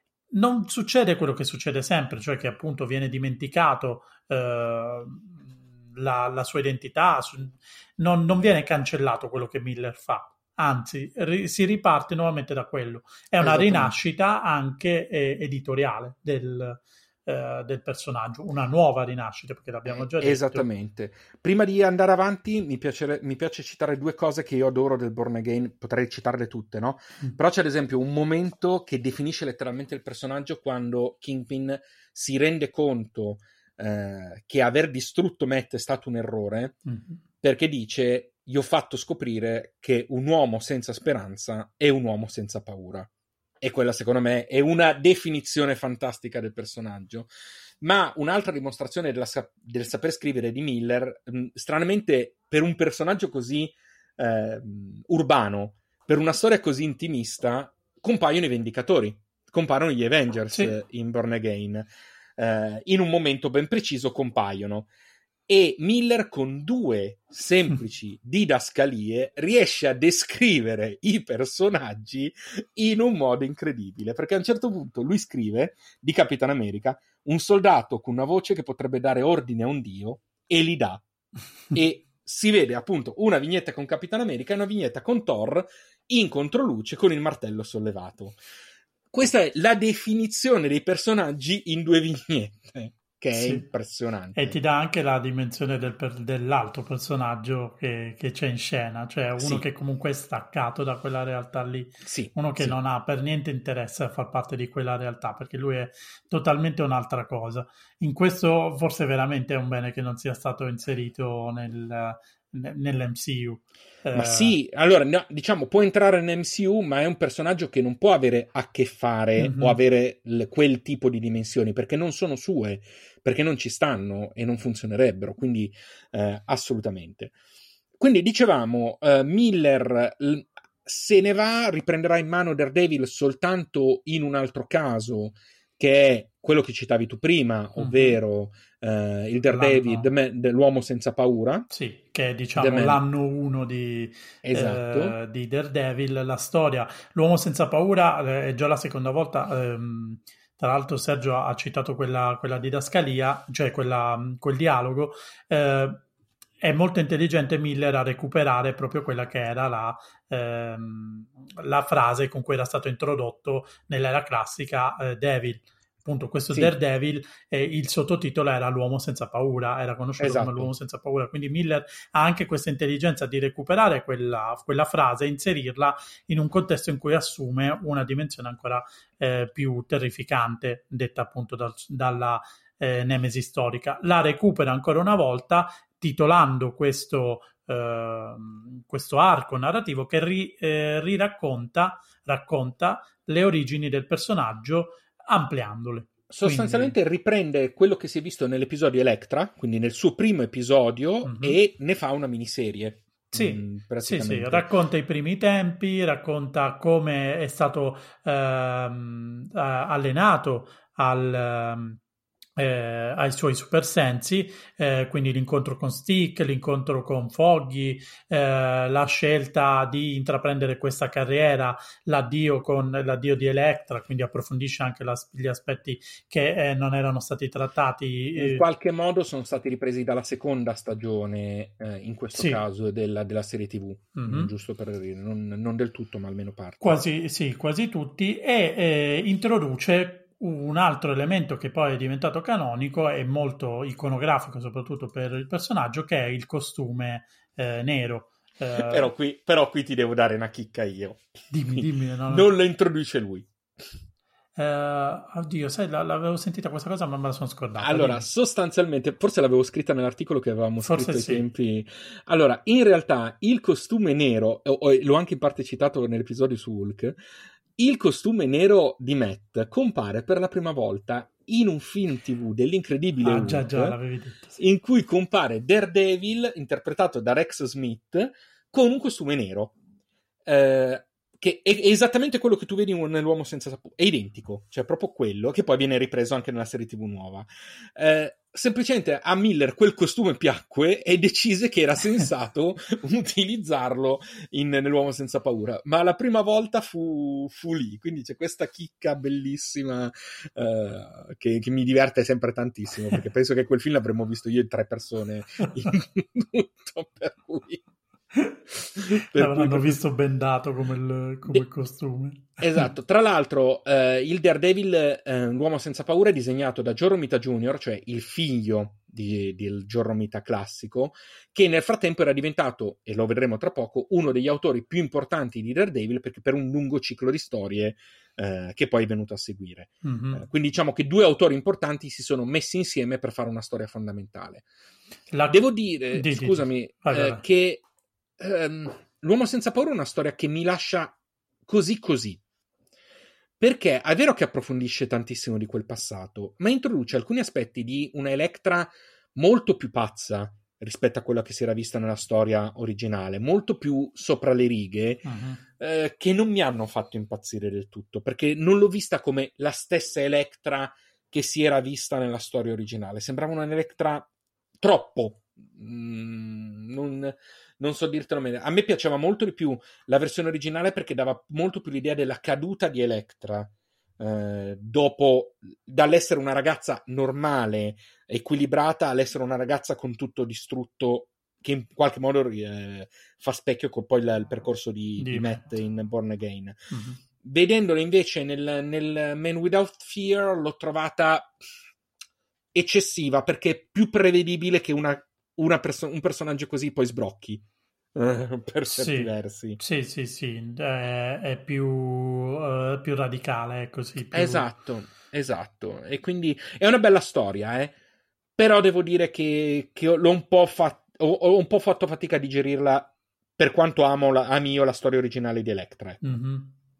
Non succede quello che succede sempre, cioè che appunto viene dimenticato eh, la, la sua identità, non, non viene cancellato quello che Miller fa, anzi ri, si riparte nuovamente da quello. È una rinascita anche eh, editoriale del, eh, del personaggio, una nuova rinascita, perché l'abbiamo già detto. Esattamente. Prima di andare avanti mi, piacere, mi piace citare due cose che io adoro del Born Again, potrei citarle tutte, no? Mm. Però c'è ad esempio un momento che definisce letteralmente il personaggio, quando Kingpin si rende conto eh, che aver distrutto Matt è stato un errore, mm-hmm. perché dice: gli ho fatto scoprire che un uomo senza speranza è un uomo senza paura. E quella, secondo me, è una definizione fantastica del personaggio. Ma un'altra dimostrazione della, del saper scrivere di Miller, mh, stranamente, per un personaggio così eh, urbano, per una storia così intimista, compaiono i Vendicatori, compaiono gli Avengers sì. eh, in Born Again. Eh, in un momento ben preciso compaiono. E Miller, con due semplici didascalie, riesce a descrivere i personaggi in un modo incredibile, perché a un certo punto lui scrive di Capitan America: un soldato con una voce che potrebbe dare ordine a un dio, e li dà. E si vede appunto una vignetta con Capitan America e una vignetta con Thor in controluce con il martello sollevato. Questa è la definizione dei personaggi in due vignette, che è sì. impressionante. E ti dà anche la dimensione del per, dell'altro personaggio che, che c'è in scena, cioè uno sì. che comunque è staccato da quella realtà lì, sì. uno che sì. non ha per niente interesse a far parte di quella realtà, perché lui è totalmente un'altra cosa. In questo forse veramente è un bene che non sia stato inserito nel, nell'M C U. Ma sì, allora no, diciamo può entrare nell'M C U, ma è un personaggio che non può avere a che fare mm-hmm. o avere l- quel tipo di dimensioni, perché non sono sue, perché non ci stanno e non funzionerebbero, quindi eh, assolutamente. Quindi dicevamo, uh, Miller l- se ne va, riprenderà in mano Daredevil soltanto in un altro caso, che è quello che citavi tu prima, ovvero mm-hmm. uh, il Daredevil, the man, l'uomo senza paura. Sì, che è diciamo l'anno uno di, esatto. eh, di Daredevil, la storia. L'uomo senza paura eh, è già la seconda volta, ehm, tra l'altro Sergio ha citato quella, quella didascalia, cioè quella, quel dialogo. Eh, è molto intelligente Miller a recuperare proprio quella che era la, ehm, la frase con cui era stato introdotto nell'era classica eh, Devil. Appunto, questo sì. Daredevil, eh, il sottotitolo era L'uomo senza paura, era conosciuto esatto. come L'uomo senza paura. Quindi Miller ha anche questa intelligenza di recuperare quella, quella frase e inserirla in un contesto in cui assume una dimensione ancora eh, più terrificante, detta appunto dal, dalla eh, nemesi storica. La recupera ancora una volta, titolando questo, eh, questo arco narrativo che ri, eh, riracconta racconta le origini del personaggio, ampliandole. Sostanzialmente quindi riprende quello che si è visto nell'episodio Electra, quindi nel suo primo episodio, mm-hmm. e ne fa una miniserie. Sì, mh, sì, sì, racconta i primi tempi, racconta come è stato ehm, allenato al... Eh, ai suoi supersensi, eh, quindi l'incontro con Stick, l'incontro con Foggy, eh, la scelta di intraprendere questa carriera, l'addio con l'addio di Electra, quindi approfondisce anche la, gli aspetti che eh, non erano stati trattati. In qualche modo sono stati ripresi dalla seconda stagione, eh, in questo sì. caso, della, della serie tivù, mm-hmm. giusto per dire, non, non del tutto, ma almeno parte. Quasi, sì, quasi tutti, e eh, introduce un altro elemento che poi è diventato canonico e molto iconografico soprattutto per il personaggio, che è il costume eh, nero. Eh, però, qui, però qui ti devo dare una chicca io. Dimmi, dimmi. No, no. Non lo introduce lui. Uh, oddio, sai, l'avevo sentita questa cosa ma me la sono scordata. Allora, dimmi. Sostanzialmente, forse l'avevo scritta nell'articolo che avevamo forse scritto ai sì. tempi. Allora, in realtà il costume nero, l'ho anche in parte citato nell'episodio su Hulk, il costume nero di Matt compare per la prima volta in un film tivù dell'incredibile ah, Hulk, già, già, l'avevi detto, sì. in cui compare Daredevil, interpretato da Rex Smith, con un costume nero. Eh, che è, è esattamente quello che tu vedi nell'Uomo Senza Sapore, è identico, cioè proprio quello, che poi viene ripreso anche nella serie tivù nuova. Eh, semplicemente a Miller quel costume piacque e decise che era sensato utilizzarlo in, nell'Uomo Senza Paura, ma la prima volta fu, fu lì, quindi c'è questa chicca bellissima uh, che, che mi diverte sempre tantissimo, perché penso che quel film l'avremmo visto io e tre persone in tutto, per cui per l'avranno cui... visto bendato come il, come De... costume. Esatto, tra l'altro eh, il Daredevil, eh, l'Uomo Senza Paura, è disegnato da Joe Romita Junior, cioè il figlio di, del Joe Romita classico, che nel frattempo era diventato, e lo vedremo tra poco, uno degli autori più importanti di Daredevil, perché per un lungo ciclo di storie eh, che poi è venuto a seguire. Mm-hmm. Eh, quindi diciamo che due autori importanti si sono messi insieme per fare una storia fondamentale. La... Devo dire, di, scusami, di, di. Allora. Eh, che Um, L'Uomo Senza Paura è una storia che mi lascia così così, perché è vero che approfondisce tantissimo di quel passato, ma introduce alcuni aspetti di una Electra molto più pazza rispetto a quella che si era vista nella storia originale, molto più sopra le righe, uh-huh. eh, che non mi hanno fatto impazzire del tutto, perché non l'ho vista come la stessa Electra che si era vista nella storia originale. Sembrava una Electra troppo mm, non Non so dirtelo meglio. A me piaceva molto di più la versione originale perché dava molto più l'idea della caduta di Electra. Eh, dopo, dall'essere una ragazza normale, equilibrata, all'essere una ragazza con tutto distrutto, che in qualche modo eh, fa specchio con poi la, il percorso di, di, di Matt in Born Again. Mm-hmm. Vedendolo invece nel, nel Man Without Fear l'ho trovata eccessiva, perché è più prevedibile che una Una perso- un personaggio così poi sbrocchi uh, per certi sì, versi. Sì, sì, sì, è, è più, uh, più radicale, è così. Più... Esatto, esatto. E quindi è una bella storia, eh? Però devo dire che, che l'ho un po' fatto, ho, ho un po' fatto fatica a digerirla, per quanto amo la, ami io la storia originale di Electra. Mm-hmm.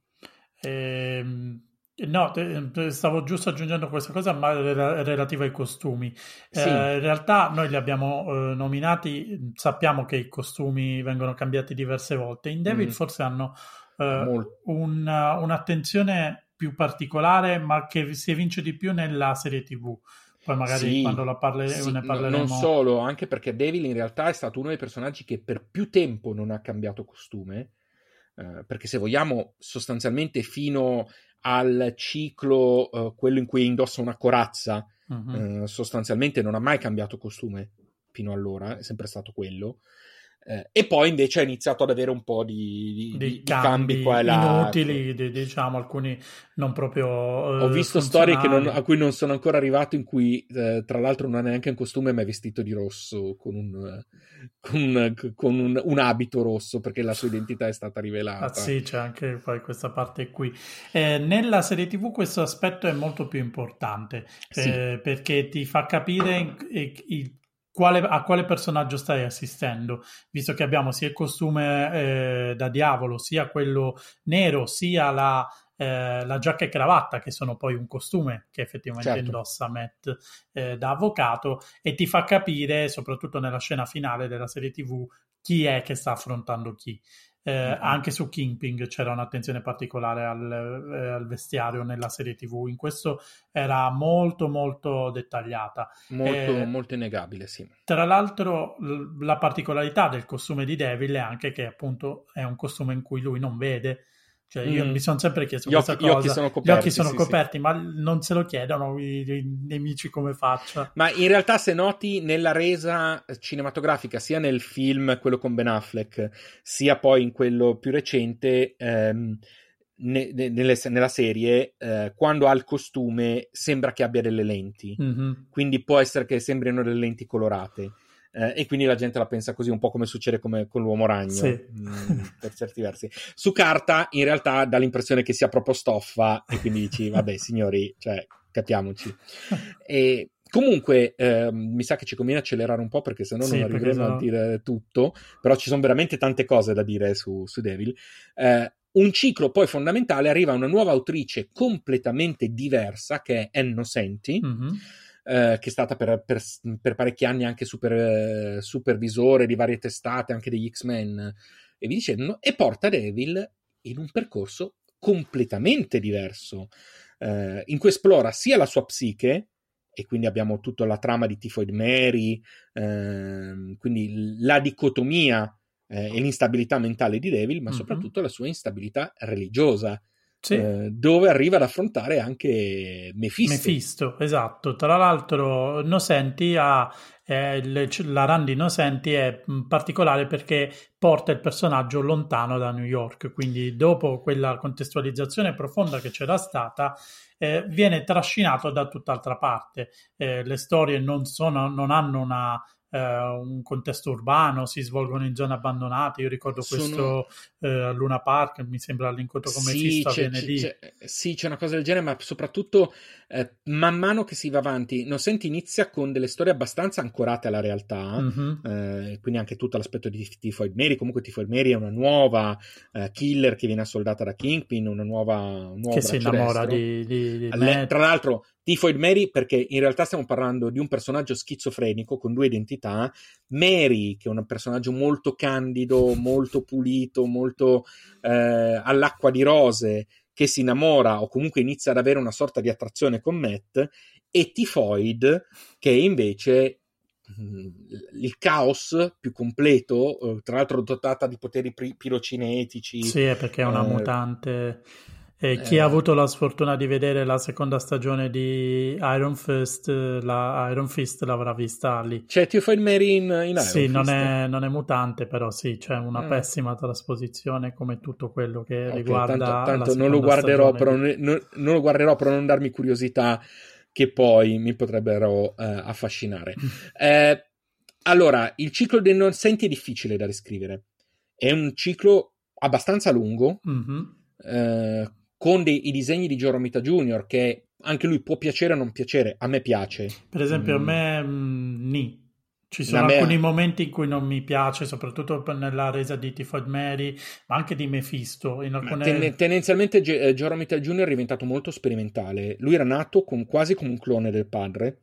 Ehm... No, stavo giusto aggiungendo questa cosa, ma relativa ai costumi. Sì. Eh, in realtà noi li abbiamo eh, nominati, sappiamo che i costumi vengono cambiati diverse volte. In Devil mm. forse hanno eh, un, un'attenzione più particolare, ma che si evince di più nella serie tivù. Poi magari sì, quando la parle- sì, ne parleremo... Non solo, anche perché Devil in realtà è stato uno dei personaggi che per più tempo non ha cambiato costume, eh, perché se vogliamo sostanzialmente fino al ciclo, uh, quello in cui indossa una corazza, uh-huh. uh, sostanzialmente non ha mai cambiato costume fino allora, è sempre stato quello. Uh, e poi invece ha iniziato ad avere un po' di, di, di, di cambi, cambi qua e là. Inutili, di, diciamo, alcuni non proprio uh, Ho visto storie che non, a cui non sono ancora arrivato, in cui uh, tra l'altro non è neanche in costume, ma è vestito di rosso con un... Uh, Con, con un, un abito rosso, perché la sua identità è stata rivelata. Ah, sì, c'è anche poi questa parte qui. Eh, nella serie tivù questo aspetto è molto più importante, sì. eh, perché ti fa capire il, il, quale, a quale personaggio stai assistendo, visto che abbiamo sia il costume eh, da diavolo, sia quello nero, sia la Eh, la giacca e cravatta, che sono poi un costume che effettivamente certo. indossa Matt eh, da avvocato, e ti fa capire, soprattutto nella scena finale della serie tivù, chi è che sta affrontando chi. Eh, mm-hmm. Anche su Kingpin c'era un'attenzione particolare al, eh, al vestiario nella serie tivù, in questo era molto molto dettagliata. Molto, eh, molto innegabile, sì. Tra l'altro l- la particolarità del costume di Devil è anche che appunto è un costume in cui lui non vede. Cioè, io mm. mi sono sempre chiesto gli questa occhi, cosa. Gli occhi sono coperti, gli occhi sono sì, coperti sì. ma non se lo chiedono i, i nemici come faccia. Ma in realtà, se noti, nella resa cinematografica, sia nel film, quello con Ben Affleck, sia poi in quello più recente, ehm, ne, ne, nelle, nella serie, eh, quando ha il costume sembra che abbia delle lenti. Mm-hmm. Quindi può essere che sembrino delle lenti colorate. Eh, e quindi la gente la pensa così, un po' come succede come con l'Uomo Ragno, sì. mh, per certi versi. Su carta in realtà dà l'impressione che sia proprio stoffa, e quindi dici vabbè signori, cioè capiamoci. E comunque eh, mi sa che ci conviene accelerare un po', perché sennò sì, non arriveremo sono... a dire tutto, però ci sono veramente tante cose da dire su, su Devil. Eh, un ciclo poi fondamentale, arriva una nuova autrice completamente diversa, che è Ann Nocenti, mm-hmm. Uh, che è stata per, per, per parecchi anni anche super, uh, supervisore di varie testate, anche degli X-Men e vi dicendo, e porta Devil in un percorso completamente diverso, eh, in cui esplora sia la sua psiche, e quindi abbiamo tutta la trama di Typhoid Mary, ehm, quindi la dicotomia eh, e l'instabilità mentale di Devil, ma mm-hmm. soprattutto la sua instabilità religiosa, sì. eh, dove arriva ad affrontare anche Mephisto. Mephisto, esatto. Tra l'altro Innocenti ha eh, il, la run di Innocenti è particolare perché porta il personaggio lontano da New York, quindi dopo quella contestualizzazione profonda che c'era stata, Eh, viene trascinato da tutt'altra parte. Eh, le storie non, sono, non hanno una, eh, un contesto urbano, si svolgono in zone abbandonate. Io ricordo sono... questo eh, a Luna Park, mi sembra l'incontro con sì, Mephisto c'è, avviene c'è, lì. C'è, sì, c'è una cosa del genere, ma soprattutto eh, man mano che si va avanti, Innocenti inizia con delle storie abbastanza ancorate alla realtà, mm-hmm. eh, quindi anche tutto l'aspetto di Typhoid Mary. Comunque Typhoid Mary è una nuova eh, killer che viene assoldata da Kingpin, una nuova, un nuovo che si innamora di, di, di Le, tra l'altro Typhoid Mary, perché in realtà stiamo parlando di un personaggio schizofrenico con due identità. Mary, che è un personaggio molto candido, molto pulito, molto eh, all'acqua di rose, che si innamora o comunque inizia ad avere una sorta di attrazione con Matt, e Typhoid, che è invece il caos più completo, tra l'altro dotata di poteri pirocinetici. Sì, è perché è una eh, mutante. E chi eh, ha avuto la sfortuna di vedere la seconda stagione di Iron Fist, la Iron Fist l'avrà vista lì. C'è Typhoid Mary in, in Iron sì, Fist? non è, non è mutante, però sì, c'è una eh. pessima trasposizione come tutto quello che okay, riguarda tanto, tanto la non lo guarderò, però di... non, non lo guarderò per non darmi curiosità che poi mi potrebbero eh, affascinare. eh, allora, il ciclo dei Innocenti è difficile da riscrivere. È un ciclo abbastanza lungo, mm-hmm. eh, con dei, i disegni di Joe Romita Junior, che anche lui può piacere o non piacere. A me piace. Per esempio, mm. a me mh, ni. Ci sono me... alcuni momenti in cui non mi piace, soprattutto nella resa di Typhoid Mary, ma anche di Mephisto. In alcune... ten- tendenzialmente Joe Romita Junior è diventato molto sperimentale. Lui era nato con, quasi come un clone del padre,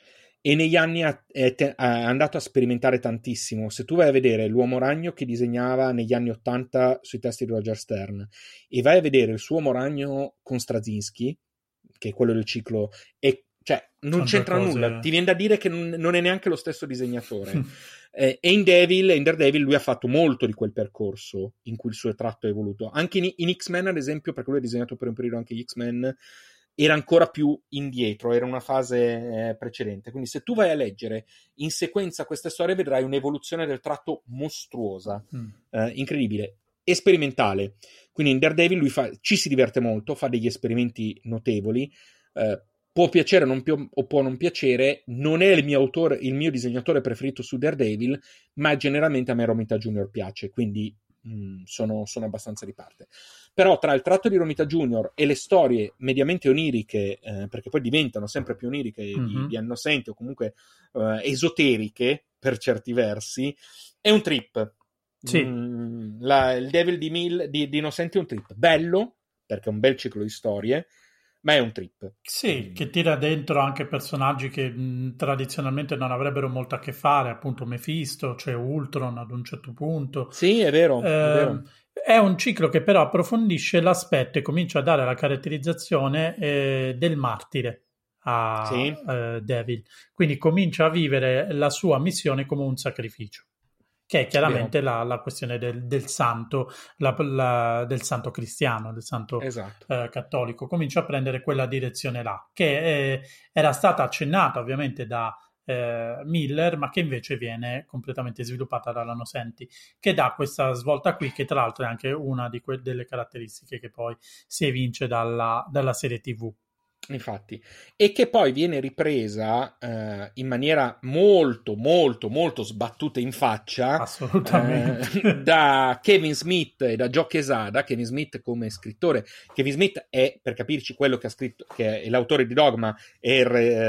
e negli anni è, è, è andato a sperimentare tantissimo. Se tu vai a vedere l'Uomo Ragno che disegnava negli anni ottanta sui testi di Roger Stern, e vai a vedere il suo Uomo Ragno con Straczynski, che è quello del ciclo, e cioè non Sono c'entra cose... nulla, ti viene da dire che non, non è neanche lo stesso disegnatore. eh, e in Devil, in Daredevil lui ha fatto molto di quel percorso in cui il suo tratto è evoluto. Anche in, in X-Men, ad esempio, perché lui ha disegnato per un periodo anche gli X-Men, era ancora più indietro, era una fase eh, precedente. Quindi se tu vai a leggere in sequenza queste storie vedrai un'evoluzione del tratto mostruosa, mm. eh, incredibile e sperimentale. Quindi in Daredevil lui fa, ci si diverte molto, fa degli esperimenti notevoli, eh, può piacere non pi- o può non piacere, non è il mio autore, il mio disegnatore preferito su Daredevil, ma generalmente a me Romita Junior piace, quindi mh, sono, sono abbastanza di parte. Però tra il tratto di Romita Junior e le storie mediamente oniriche, eh, perché poi diventano sempre più oniriche mm-hmm. di, di Innocenti, o comunque eh, esoteriche per certi versi, è un trip. Sì. Mm, la, il Devil di, Mil, di, di Innocenti è un trip bello, perché è un bel ciclo di storie, ma è un trip. Sì, che tira dentro anche personaggi che mh, tradizionalmente non avrebbero molto a che fare, appunto Mephisto, cioè Ultron ad un certo punto. Sì, è vero, eh, è vero. È un ciclo che però approfondisce l'aspetto e comincia a dare la caratterizzazione eh, del martire a sì. eh, Devil. Quindi comincia a vivere la sua missione come un sacrificio, che è chiaramente la, la questione del, del santo, la, la, del santo cristiano, del santo esatto. eh, cattolico. Comincia a prendere quella direzione là, che eh, era stata accennata ovviamente da eh, Miller, ma che invece viene completamente sviluppata dalla Innocenti, che dà questa svolta qui, che tra l'altro è anche una di que- delle caratteristiche che poi si evince dalla, dalla serie tivù. Infatti, e che poi viene ripresa eh, in maniera molto molto molto sbattuta in faccia assolutamente eh, da Kevin Smith e da Joe Quesada. Kevin Smith come scrittore, Kevin Smith è, per capirci, quello che ha scritto, che è l'autore di Dogma, è il,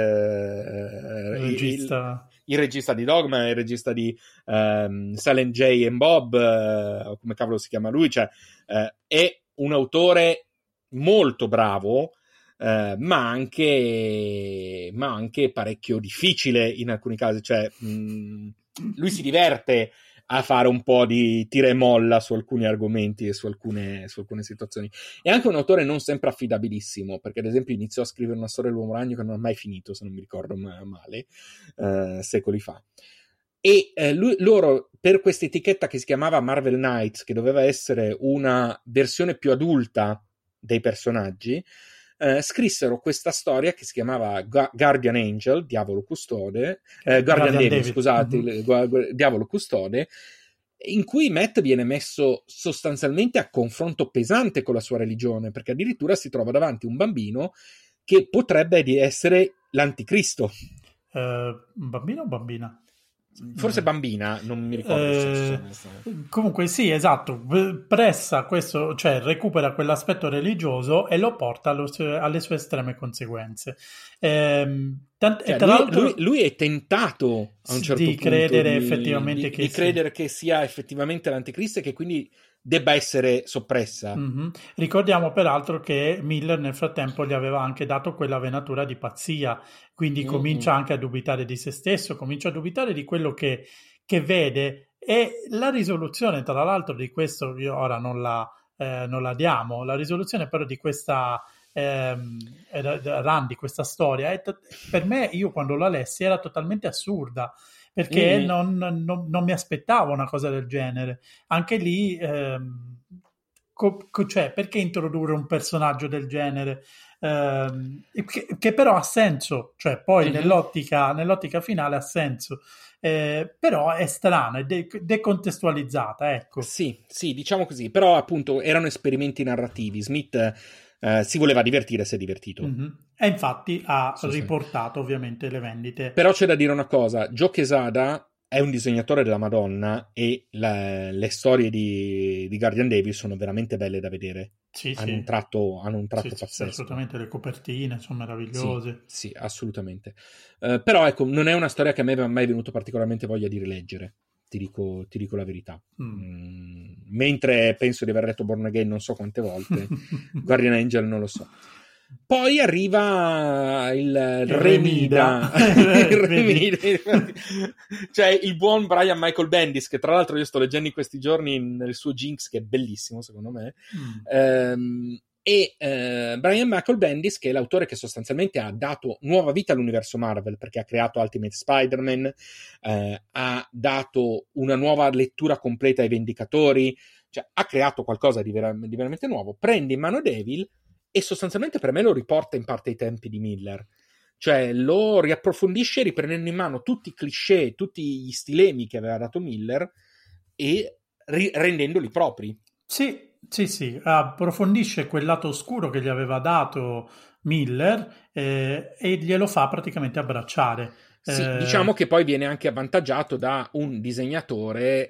eh, il regista il, il regista di Dogma, il regista di um, Silent J and Bob, uh, come cavolo si chiama lui, cioè uh, è un autore molto bravo. Uh, ma anche ma anche parecchio difficile in alcuni casi, cioè mh, lui si diverte a fare un po' di tira e molla su alcuni argomenti e su alcune, su alcune situazioni. È anche un autore non sempre affidabilissimo, perché ad esempio iniziò a scrivere una storia dell'Uomo Ragno che non ha mai finito, se non mi ricordo male, eh, secoli fa. E eh, lui, loro, per questa etichetta che si chiamava Marvel Knights, che doveva essere una versione più adulta dei personaggi, eh, scrissero questa storia che si chiamava Gu- Guardian Angel, Diavolo Custode, eh, Guardian, Guardian Devil, David. scusate, mm-hmm. gu- gu- Diavolo Custode, in cui Matt viene messo sostanzialmente a confronto pesante con la sua religione, perché addirittura si trova davanti un bambino che potrebbe essere l'anticristo. Uh, un bambino o bambina? Forse bambina, non mi ricordo eh, il sesso. Comunque sì, esatto, pressa questo, cioè recupera quell'aspetto religioso e lo porta allo, alle sue estreme conseguenze. Eh, tant- cioè, e tra lui, l'altro, lui, lui è tentato a un certo di punto credere di, effettivamente di, che di sì. credere che sia effettivamente l'anticristo e che quindi debba essere soppressa. Mm-hmm. Ricordiamo peraltro che Miller nel frattempo gli aveva anche dato quella venatura di pazzia, quindi mm-hmm. comincia anche a dubitare di se stesso, comincia a dubitare di quello che, che vede, e la risoluzione tra l'altro di questo, io ora non la, eh, non la diamo, la risoluzione però di questa ehm, run, di questa storia, è t- per me, io quando la lessi era totalmente assurda, perché mm-hmm. non, non, non mi aspettavo una cosa del genere. Anche lì, ehm, co, co, cioè, perché introdurre un personaggio del genere? Ehm, che, che però ha senso, cioè poi mm-hmm. nell'ottica, nell'ottica finale ha senso, eh, però è strana, è de- decontestualizzata, ecco. Sì, sì, diciamo così, però appunto erano esperimenti narrativi. Smith Uh, si voleva divertire, si è divertito. Mm-hmm. E infatti ha sì, riportato sì. ovviamente le vendite. Però c'è da dire una cosa, Joe Quesada è un disegnatore della Madonna e la, le storie di, di Guardian Devil sono veramente belle da vedere. Sì, hanno, sì. Un tratto, hanno un tratto sì, pazzesco. Sì, assolutamente, le copertine sono meravigliose. Sì, sì assolutamente. Uh, però ecco, non è una storia che a me mi ha mai venuto particolarmente voglia di rileggere. Ti dico, ti dico la verità. Mm. Mm, mentre penso di aver letto Born Again non so quante volte, Guardian Angel non lo so. Poi arriva il, il Remida, il Remida. Cioè il buon Brian Michael Bendis, che tra l'altro io sto leggendo in questi giorni nel suo Jinx, che è bellissimo secondo me. Mm. Ehm, e eh, Brian Michael Bendis, che è l'autore che sostanzialmente ha dato nuova vita all'universo Marvel, perché ha creato Ultimate Spider-Man, eh, ha dato una nuova lettura completa ai Vendicatori, cioè ha creato qualcosa di, vera- di veramente nuovo, prende in mano Devil e sostanzialmente per me lo riporta in parte ai tempi di Miller, cioè lo riapprofondisce riprendendo in mano tutti i cliché, tutti gli stilemi che aveva dato Miller e ri- rendendoli propri. Sì, sì, sì, approfondisce quel lato oscuro che gli aveva dato Miller eh, e glielo fa praticamente abbracciare. Sì, eh... diciamo che poi viene anche avvantaggiato da un disegnatore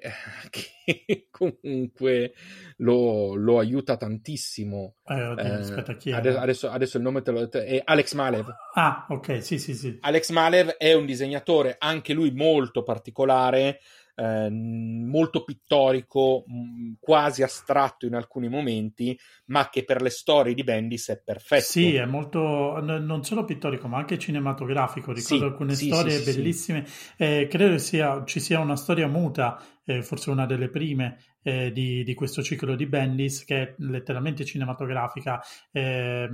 che comunque lo, lo aiuta tantissimo. Eh, oddio, eh, aspetta, chi è? Adesso, adesso, adesso il nome te lo... è Alex Malev. Ah, ok, sì, sì, sì. Alex Malev è un disegnatore, anche lui molto particolare, Eh, molto pittorico, mh, quasi astratto in alcuni momenti, ma che per le storie di Bendis è perfetto. Sì, è molto, n- non solo pittorico, ma anche cinematografico. Ricordo sì, alcune sì, storie sì, bellissime. Sì. Eh, credo sia, ci sia una storia muta, eh, forse una delle prime eh, di, di questo ciclo di Bendis, che è letteralmente cinematografica. Eh,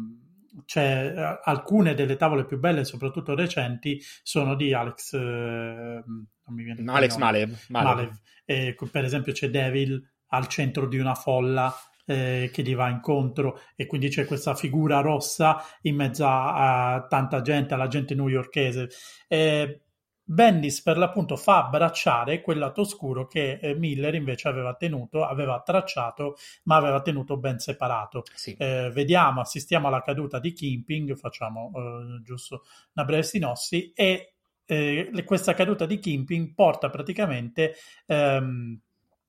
Cioè, alcune delle tavole più belle, soprattutto recenti, sono di Alex eh, non mi viene Alex Malev, Malev. Malev. Eh, per esempio c'è Devil al centro di una folla eh, che gli va incontro e quindi c'è questa figura rossa in mezzo a, a tanta gente, alla gente newyorkese. eh, Bendis per l'appunto fa abbracciare quel lato oscuro che eh, Miller invece aveva tenuto, aveva tracciato, ma aveva tenuto ben separato. Sì. Eh, vediamo, assistiamo alla caduta di Kingpin, facciamo eh, giusto una breve sinossi, e eh, questa caduta di Kingpin porta praticamente ehm,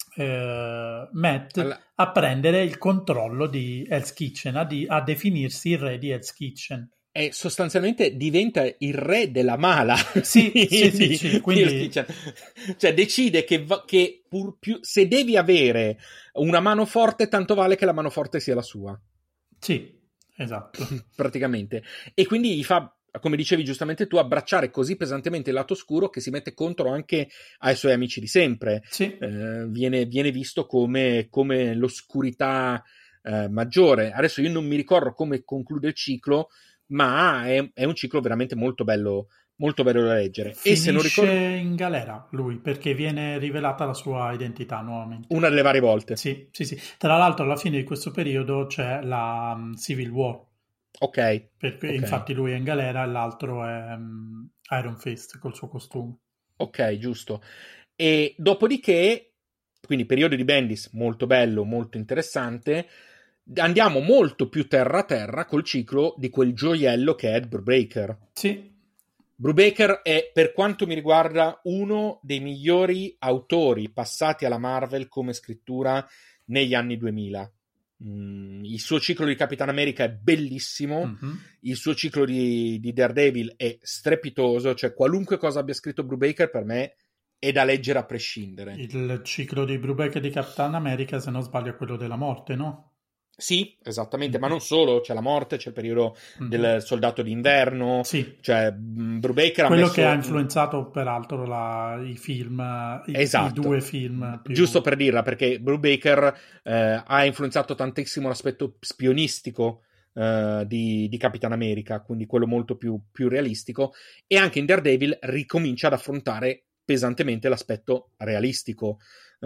eh, Matt Alla... a prendere il controllo di Hell's Kitchen, a, di, a definirsi il re di Hell's Kitchen. E sostanzialmente diventa il re della mala. Sì, sì, sì, sì, quindi... Cioè decide che, va, che pur più, se devi avere una mano forte, tanto vale che la mano forte sia la sua. Sì, esatto. Praticamente. E quindi gli fa come dicevi giustamente tu, abbracciare così pesantemente il lato oscuro che si mette contro anche ai suoi amici di sempre. Sì. Eh, viene, viene visto come, come l'oscurità eh, maggiore. Adesso io non mi ricordo come conclude il ciclo, ma è, è un ciclo veramente molto bello, molto bello da leggere. Finisce e se non ricordo, in galera lui, perché viene rivelata la sua identità nuovamente. una delle varie volte. Sì, sì, sì. Tra l'altro alla fine di questo periodo c'è la um, Civil War. Ok. Perché okay. infatti lui è in galera e l'altro è um, Iron Fist col suo costume. Ok, giusto. E dopodiché, quindi periodo di Bendis molto bello, molto interessante, andiamo molto più terra a terra col ciclo di quel gioiello che è Brubaker. Sì. Brubaker è, per quanto mi riguarda, uno dei migliori autori passati alla Marvel come scrittura negli anni duemila. Mm, il suo ciclo di Capitan America è bellissimo, Mm-hmm. il suo ciclo di, di Daredevil è strepitoso, cioè qualunque cosa abbia scritto Brubaker per me è da leggere a prescindere. Il ciclo di Brubaker di Capitan America, se non sbaglio, è quello della morte, no? Sì, esattamente, Mm-hmm. ma non solo, c'è la morte, c'è il periodo mm-hmm. del soldato d'inverno, sì. cioè Brubaker quello ha messo... che ha influenzato peraltro la, i film, i, esatto. i due film più... giusto per dirla, perché Brubaker eh, ha influenzato tantissimo l'aspetto spionistico eh, di, di Capitan America, quindi quello molto più, più realistico, e anche in Daredevil ricomincia ad affrontare pesantemente l'aspetto realistico,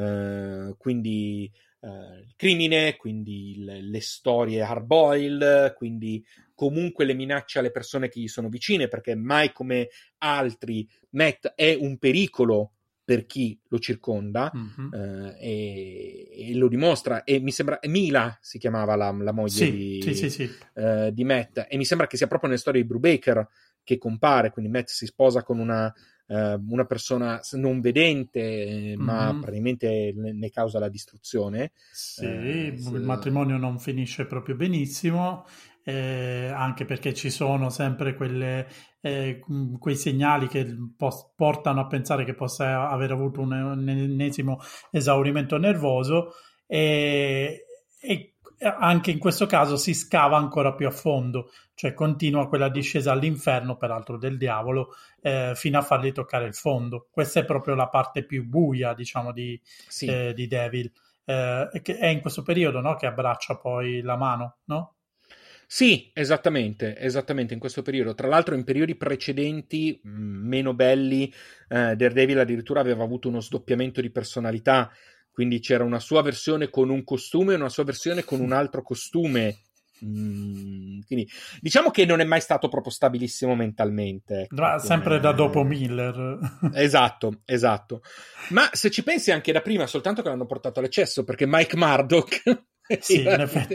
eh, quindi Uh, il crimine, quindi le, le storie hardboiled, quindi comunque le minacce alle persone che gli sono vicine, perché mai come altri Matt è un pericolo per chi lo circonda, mm-hmm. uh, e, e lo dimostra, e mi sembra Mila si chiamava la, la moglie sì, di, sì, sì, sì. Uh, di Matt, e mi sembra che sia proprio nelle storie di Brubaker che compare, quindi Matt si sposa con una una persona non vedente, ma mm-hmm. praticamente ne causa la distruzione. Sì, eh, il matrimonio non finisce proprio benissimo, eh, anche perché ci sono sempre quelle, eh, quei segnali che pos- portano a pensare che possa aver avuto un, un ennesimo esaurimento nervoso, e, e anche in questo caso si scava ancora più a fondo, cioè continua quella discesa all'inferno, peraltro del diavolo, eh, fino a fargli toccare il fondo. Questa è proprio la parte più buia, diciamo, di, sì. eh, di Devil. Eh, che è in questo periodo, no, che abbraccia poi la mano, no? Sì, esattamente, esattamente in questo periodo. Tra l'altro in periodi precedenti, mh, meno belli, eh, Daredevil addirittura aveva avuto uno sdoppiamento di personalità, quindi c'era una sua versione con un costume e una sua versione con un altro costume. Mm, quindi diciamo che non è mai stato proprio stabilissimo mentalmente, ecco, come... sempre da dopo Miller. Esatto, esatto. Ma se ci pensi anche da prima, soltanto che l'hanno portato all'eccesso, perché Mike Murdock sì, era, in effetti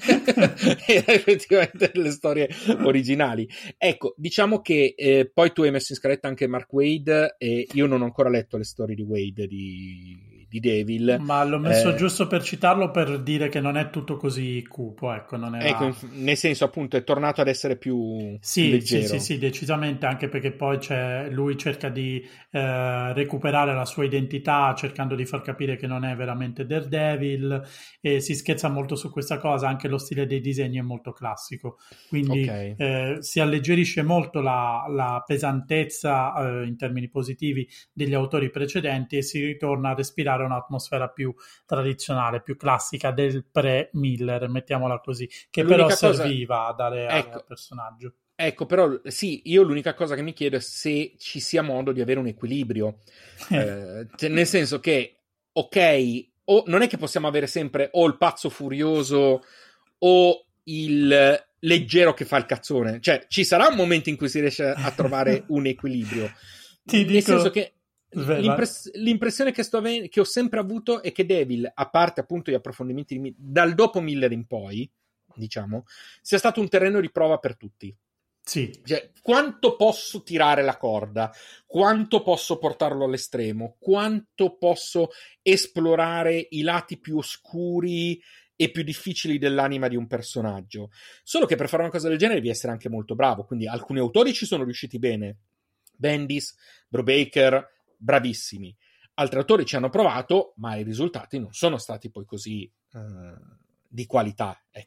era effettivamente delle storie originali. Ecco, diciamo che eh, poi tu hai messo in scaletta anche Mark Waid, e io non ho ancora letto le storie di Waid di, di Devil, ma l'ho messo eh, giusto per citarlo, per dire che non è tutto così cupo, ecco, non era... ecco, nel senso, appunto, è tornato ad essere più, sì, più leggero. sì, sì, sì, decisamente, anche perché poi c'è, lui cerca di eh, recuperare la sua identità, cercando di far capire che non è veramente Daredevil, e si scherza molto su questa cosa. Anche lo stile dei disegni è molto classico, quindi okay. eh, si alleggerisce molto la, la pesantezza eh, in termini positivi degli autori precedenti, e si ritorna a respirare un'atmosfera più tradizionale, più classica del pre-Miller, mettiamola così, che L'unica però cosa... serviva a dare ecco. al personaggio. Ecco, però sì, io l'unica cosa che mi chiedo è se ci sia modo di avere un equilibrio, eh, cioè, nel senso che, ok, o non è che possiamo avere sempre o il pazzo furioso o il leggero che fa il cazzone, cioè ci sarà un momento in cui si riesce a trovare un equilibrio. Ti nel dico... senso che l'impress- l'impressione che, sto ave- che ho sempre avuto è che Devil, a parte appunto gli approfondimenti di, dal dopo Miller in poi, diciamo, sia stato un terreno di prova per tutti. Sì. Cioè, quanto posso tirare la corda, quanto posso portarlo all'estremo, quanto posso esplorare i lati più oscuri e più difficili dell'anima di un personaggio. Solo che per fare una cosa del genere devi essere anche molto bravo, quindi alcuni autori ci sono riusciti bene, Bendis, Brubaker, bravissimi, altri autori ci hanno provato, ma i risultati non sono stati poi così uh, di qualità, ecco.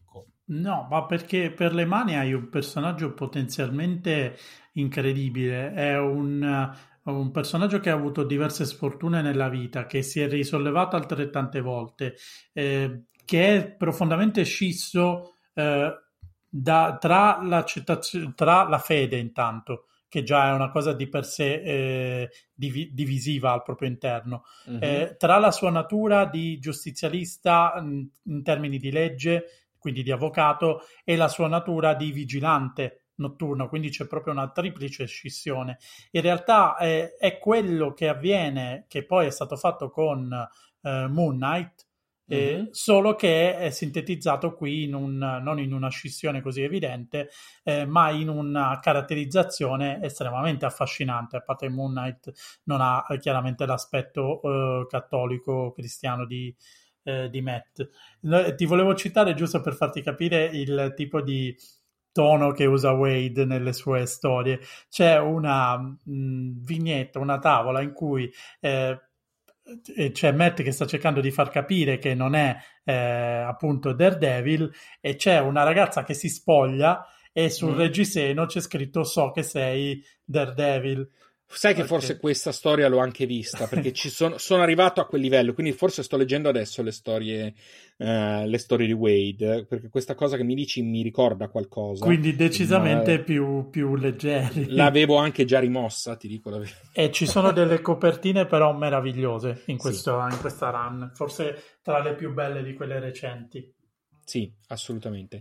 No, ma perché per le mani hai un personaggio potenzialmente incredibile. È un, eh, un personaggio che ha avuto diverse sfortune nella vita, che si è risollevato altrettante volte, eh, che è profondamente scisso eh, da- tra l'accettazione, tra la fede intanto, che già è una cosa di per sé eh, divi- divisiva al proprio interno, Mhm. eh, tra la sua natura di giustizialista mh, in termini di legge, quindi di avvocato, e la sua natura di vigilante notturno, quindi c'è proprio una triplice scissione. In realtà eh, è quello che avviene, che poi è stato fatto con eh, Moon Knight, eh, Mhm. solo che è sintetizzato qui in un, non in una scissione così evidente, eh, ma in una caratterizzazione estremamente affascinante. A parte Moon Knight non ha eh, chiaramente l'aspetto eh, cattolico cristiano di, eh, di Matt. No, ti volevo citare giusto per farti capire il tipo di tono che usa Wade nelle sue storie. C'è una mh, vignetta, una tavola in cui eh, c'è Matt che sta cercando di far capire che non è eh, appunto Daredevil, e c'è una ragazza che si spoglia e sul Mm. reggiseno c'è scritto so che sei Daredevil. Sai che forse Ok. questa storia l'ho anche vista, perché ci sono, sono arrivato a quel livello, quindi forse sto leggendo adesso le storie, eh, le storie di Wade, perché questa cosa che mi dici mi ricorda qualcosa, Quindi ma decisamente più, più leggeri. l'avevo anche già rimossa, ti dico la verità. E ci sono delle copertine però meravigliose in, Sì, questo, in questa run, forse tra le più belle di quelle recenti. sì, assolutamente.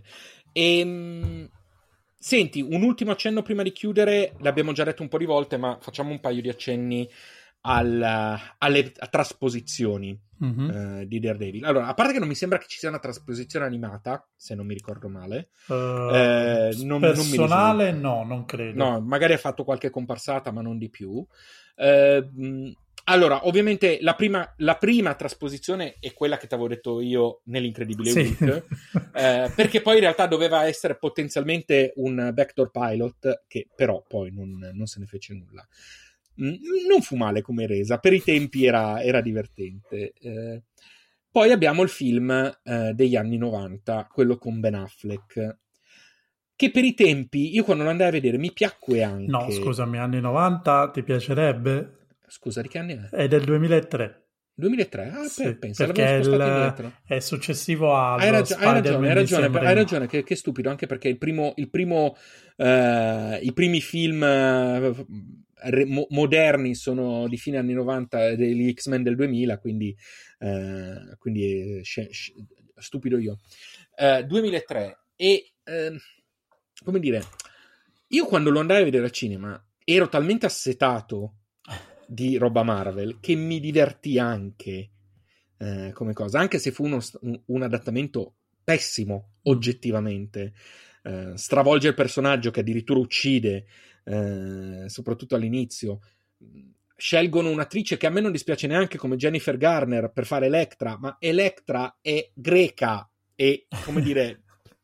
E, senti, un ultimo accenno prima di chiudere, l'abbiamo già detto un po' di volte, ma facciamo un paio di accenni al- alle trasposizioni Mhm. eh, di Daredevil. Allora, a parte che non mi sembra che ci sia una trasposizione animata, se non mi ricordo male, Uh, eh, non, non mi personale risulta. no, non credo. No, magari ha fatto qualche comparsata, ma non di più. Eh, mh, allora, ovviamente la prima, la prima trasposizione è quella che ti avevo detto io nell'Incredibile Sì. Hulk, eh, perché poi in realtà doveva essere potenzialmente un backdoor pilot, che però poi non, non se ne fece nulla. Mm, Non fu male come resa, per i tempi era, era divertente. Eh, poi abbiamo il film eh, degli anni novanta, quello con Ben Affleck, che per i tempi, io quando lo andai a vedere, mi piacque No, anche. scusami, anni novanta, ti piacerebbe? Scusa, di che anni è? È del duemilatré. duemilatré? Ah, Sì, pe- pensa, perché l'avevo è, spostato il- indietro. è successivo Hai, allo ragio- hai ragione, hai Spider-Man di ragione, Sam hai Raimi. ragione, che, che stupido, anche perché il primo, il primo, eh, i primi film eh, re- mo- moderni sono di fine anni novanta, degli X-Men del duemila, quindi, eh, quindi eh, sc- sc- stupido io. Eh, duemilatré, e ehm, come dire, io quando lo andai a vedere al cinema ero talmente assetato di roba Marvel che mi divertì anche eh, come cosa, anche se fu uno, un, un adattamento pessimo Mm. oggettivamente. Eh, stravolge il personaggio che addirittura uccide, eh, soprattutto all'inizio. Scelgono un'attrice che a me non dispiace neanche come Jennifer Garner per fare Electra, ma Electra è greca e, come dire,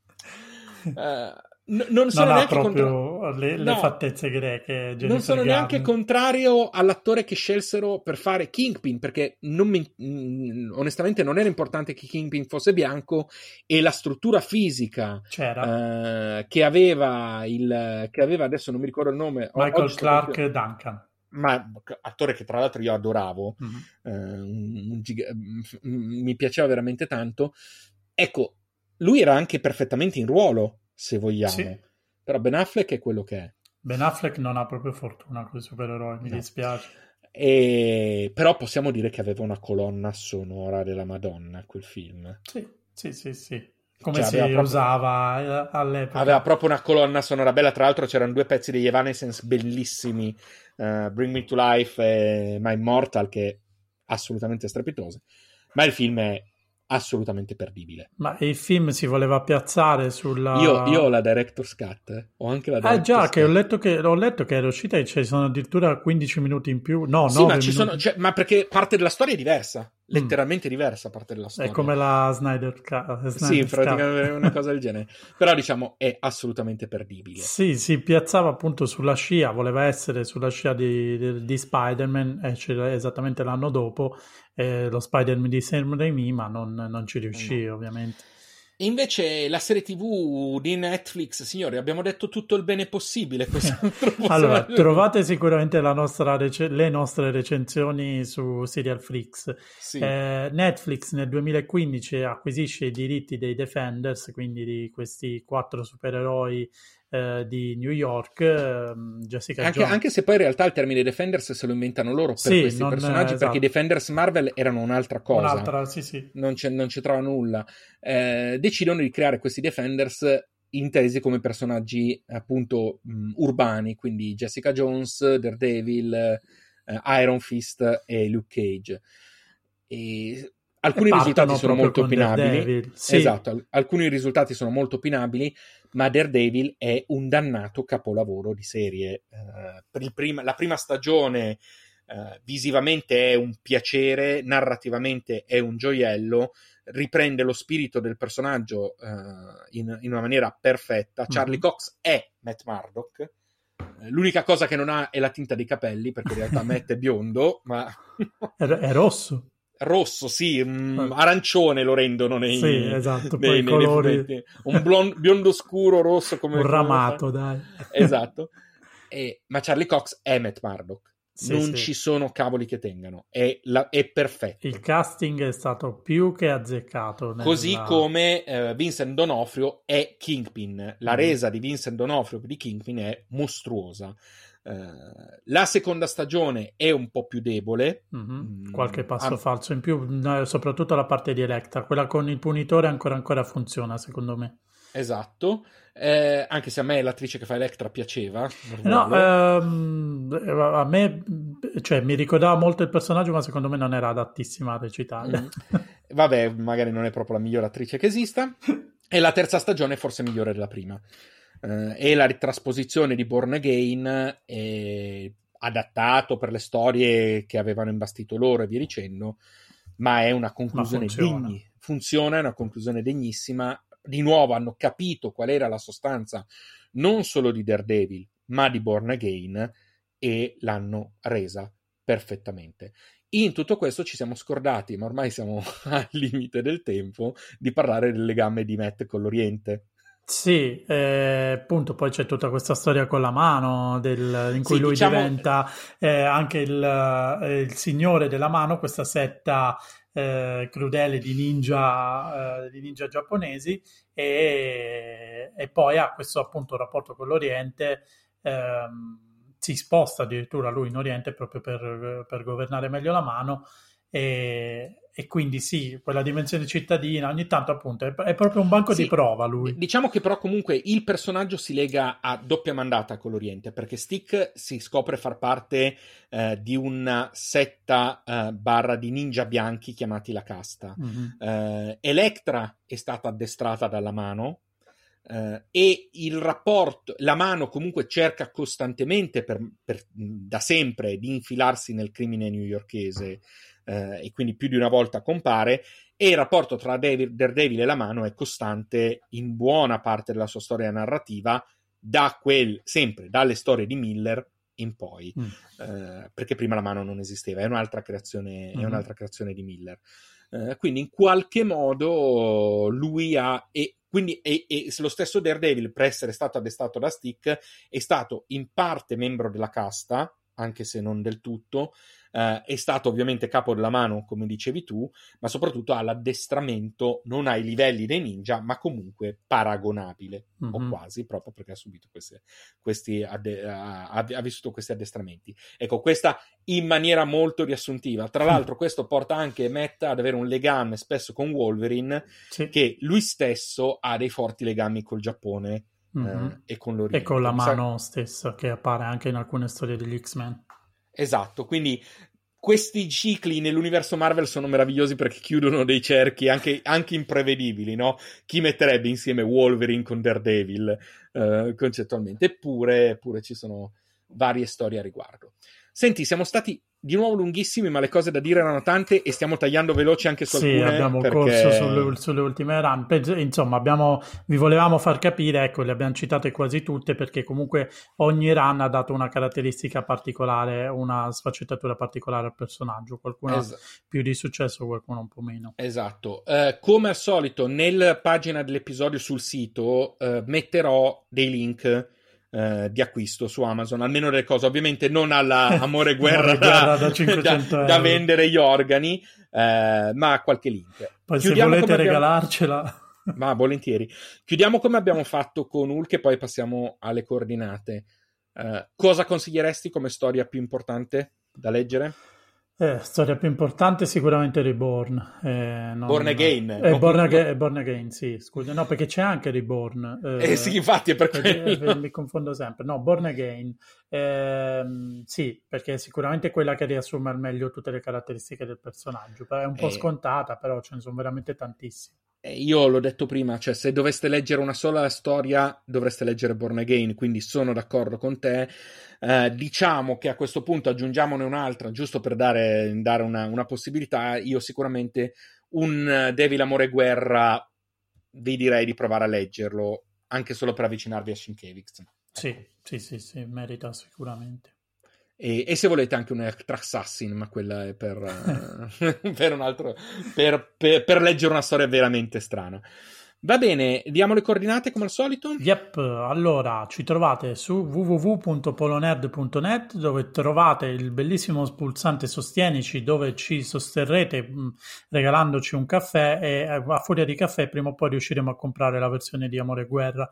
eh, n- non Non sono ha neanche contro... proprio le, le No, fattezze greche, non Jennifer sono neanche Garner. contrario all'attore che scelsero per fare Kingpin, perché non mi- mh, onestamente non era importante che Kingpin fosse bianco, e la struttura fisica C'era eh, che aveva il che aveva, adesso non mi ricordo il nome, o- oggi Michael sto Clark proprio, Duncan. ma attore che tra l'altro io adoravo, Mhm. eh, un- un giga- m- mi piaceva veramente tanto. Ecco, lui era anche perfettamente in ruolo, se vogliamo, Sì, però Ben Affleck è quello che è. Ben Affleck non ha proprio fortuna con i supereroi, mi No. dispiace. E... Però possiamo dire che aveva una colonna sonora della Madonna quel film. Sì, sì, sì, sì. Come Cioè, si aveva proprio... usava eh, all'epoca. aveva proprio una colonna sonora bella. Tra l'altro c'erano due pezzi degli Evanescence bellissimi, uh, Bring Me to Life e My Immortal, che assolutamente strepitose. Ma il film è assolutamente perdibile. Ma il film si voleva piazzare sulla... Io, io ho la Director's Cut, eh. Ho anche la Ah Director's già, Cut. che ho letto che, ho letto che era uscita e ci sono addirittura quindici minuti in più. No, Sì, nove ma ci minuti. sono, cioè, ma perché parte della storia è diversa, letteralmente diversa parte della È storia. come la Snyder Cut. Sì, praticamente una cosa del genere. Però diciamo è assolutamente perdibile. Sì, si piazzava appunto sulla scia, voleva essere sulla scia di, di, di Spider-Man, e c'era esattamente l'anno dopo eh, lo Spider-Man di Sam Raimi, ma non, non ci riuscì No. ovviamente. E invece la serie tivù di Netflix, signori, abbiamo detto tutto il bene possibile. Allora, trovate sicuramente la nostra rec- le nostre recensioni su Serial Flix. Sì. Eh, Netflix nel duemilaquindici acquisisce i diritti dei Defenders, quindi di questi quattro supereroi eh, di New York. eh, Jessica Anche, Jones. anche se poi in realtà il termine Defenders se lo inventano loro per Sì, questi non- personaggi, esatto. perché i Defenders Marvel erano un'altra cosa. Un'altra, sì, sì. Non, c'è, non c'entrava nulla. Eh, decidono di creare questi Defenders intesi come personaggi appunto mh, urbani, quindi Jessica Jones, Daredevil, eh, Iron Fist e Luke Cage. E alcuni E risultati partono sono proprio molto con opinabili. Daredevil, sì. Esatto, al- alcuni risultati sono molto opinabili, ma Daredevil è un dannato capolavoro di serie. Eh, per il prima- la prima stagione eh, visivamente è un piacere, narrativamente è un gioiello, riprende lo spirito del personaggio eh, in, in una maniera perfetta. Charlie Mhm. Cox è Matt Murdock. Eh, L'unica cosa che non ha è la tinta dei capelli, perché in realtà Matt è biondo, ma È, è rosso. rosso, sì, mm, Eh. arancione lo rendono nei, Sì, esatto, nei, poi i nei- nei colori- fumetti. Un blon- biondo scuro, rosso come Un come ramato, fa- dai. Esatto. E- ma Charlie Cox è Matt Murdock. Sì, non sì. ci sono cavoli che tengano. È, la- è perfetto. Il casting è stato più che azzeccato. Nella... Così come eh, Vincent D'Onofrio è Kingpin. La Mm. resa di Vincent D'Onofrio di Kingpin è mostruosa. Eh, la seconda stagione è un po' più debole. Mhm. Mm, Qualche passo ah, falso in più, no, soprattutto la parte di Electra. Quella con il punitore ancora ancora funziona, secondo me. Esatto. Eh, anche se a me l'attrice che fa Electra piaceva. il No, ruolo. ehm, a me, cioè, mi ricordava molto il personaggio, ma secondo me non era adattissima a recitare. Mm. Vabbè, magari non è proprio la migliore attrice che esista. E la terza stagione è forse migliore della prima. Eh, e la ritrasposizione di Born Again è adattato per le storie che avevano imbastito loro e via dicendo, ma è una conclusione funziona. degni. Funziona, è una conclusione degnissima. Di nuovo hanno capito qual era la sostanza non solo di Daredevil, ma di Born Again, e l'hanno resa perfettamente. In tutto questo ci siamo scordati, ma ormai siamo al limite del tempo, di parlare del legame di Matt con l'Oriente. Sì, eh, appunto, poi c'è tutta questa storia con la mano del- in cui Sì, lui diciamo- diventa eh, anche il, eh, il signore della mano, questa setta eh, crudele di ninja, eh, di ninja giapponesi, e, e poi ha questo appunto rapporto con l'Oriente. ehm, si sposta addirittura lui in Oriente proprio per, per governare meglio la mano. E, e quindi sì, quella dimensione cittadina ogni tanto appunto è, è proprio un banco Sì, di prova lui. Diciamo che però comunque il personaggio si lega a doppia mandata con l'Oriente, perché Stick si scopre far parte eh, di una setta eh, barra di ninja bianchi chiamati la Casta. Mhm. Eh, Electra è stata addestrata dalla mano, eh, e il rapporto, la mano comunque cerca costantemente per, per, da sempre di infilarsi nel crimine newyorkese, eh, e quindi più di una volta compare, e il rapporto tra David, Daredevil e la mano è costante in buona parte della sua storia narrativa, da quel, sempre dalle storie di Miller in poi, Mm. eh, perché prima la mano non esisteva, è un'altra creazione, Mhm. è un'altra creazione di Miller. Eh, quindi in qualche modo lui ha, e quindi e, e lo stesso Daredevil, per essere stato addestrato da Stick, è stato in parte membro della casta, anche se non del tutto, eh, è stato ovviamente capo della mano, come dicevi tu, ma soprattutto ha l'addestramento non ai livelli dei ninja, ma comunque paragonabile, Mhm. o quasi, proprio perché ha subito queste, questi adde- ha, ha vissuto questi addestramenti. Ecco, questa in maniera molto riassuntiva. Tra l'altro questo porta anche Matt ad avere un legame spesso con Wolverine, Sì. che lui stesso ha dei forti legami col Giappone, Mhm. eh, e con l'Oriente. E con la Mi sa- mano stessa che appare anche in alcune storie degli X-Men. Esatto, quindi questi cicli nell'universo Marvel sono meravigliosi perché chiudono dei cerchi anche, anche imprevedibili, no? Chi metterebbe insieme Wolverine con Daredevil, eh, concettualmente? Eppure, eppure ci sono varie storie a riguardo. Senti, siamo stati di nuovo lunghissimi, ma le cose da dire erano tante e stiamo tagliando veloci anche su alcune. Sì, abbiamo perché... corso sulle, sulle ultime run. Insomma, abbiamo, vi volevamo far capire, ecco, le abbiamo citate quasi tutte perché comunque ogni run ha dato una caratteristica particolare, una sfaccettatura particolare al personaggio. Qualcuno es- più di successo, qualcuno un po' meno. Esatto. Uh, come al solito, nella pagina dell'episodio sul sito uh, metterò dei link Uh, di acquisto su Amazon, almeno delle cose, ovviamente non alla Amore Guerra, guerra da, da, cinquecento da, euro. Da vendere gli organi, uh, ma qualche link. Poi Chiudiamo se volete abbiamo... regalarcela, ma volentieri. Chiudiamo come abbiamo fatto con Hulk e poi passiamo alle coordinate. Uh, cosa consiglieresti come storia più importante da leggere? Eh, storia più importante sicuramente Reborn. Eh, non... Born Again. Eh, Born, Aga- Born Again, sì, scusa. No, perché c'è anche Reborn. Eh, eh sì, infatti è per quello. Mi confondo sempre. No, Born Again. Eh, sì, perché è sicuramente quella che riassume al meglio tutte le caratteristiche del personaggio. È un po' eh. scontata, però ce ne sono veramente tantissimi. Io l'ho detto prima, cioè se doveste leggere una sola storia dovreste leggere Born Again, quindi sono d'accordo con te. Eh, diciamo che a questo punto aggiungiamone un'altra, giusto per dare, dare una, una possibilità. Io sicuramente un Devil Amore Guerra vi direi di provare a leggerlo, anche solo per avvicinarvi a Sienkiewicz. Sì, sì, sì, sì, merita sicuramente. E, e se volete anche un Electra Assassin, ma quella è per, uh, per un altro per, per, per leggere una storia veramente strana. Va bene, diamo le coordinate come al solito? Yep, allora ci trovate su w w w punto polonerd punto net dove trovate il bellissimo pulsante Sostienici dove ci sosterrete mh, regalandoci un caffè e a furia di caffè prima o poi riusciremo a comprare la versione di Amore e Guerra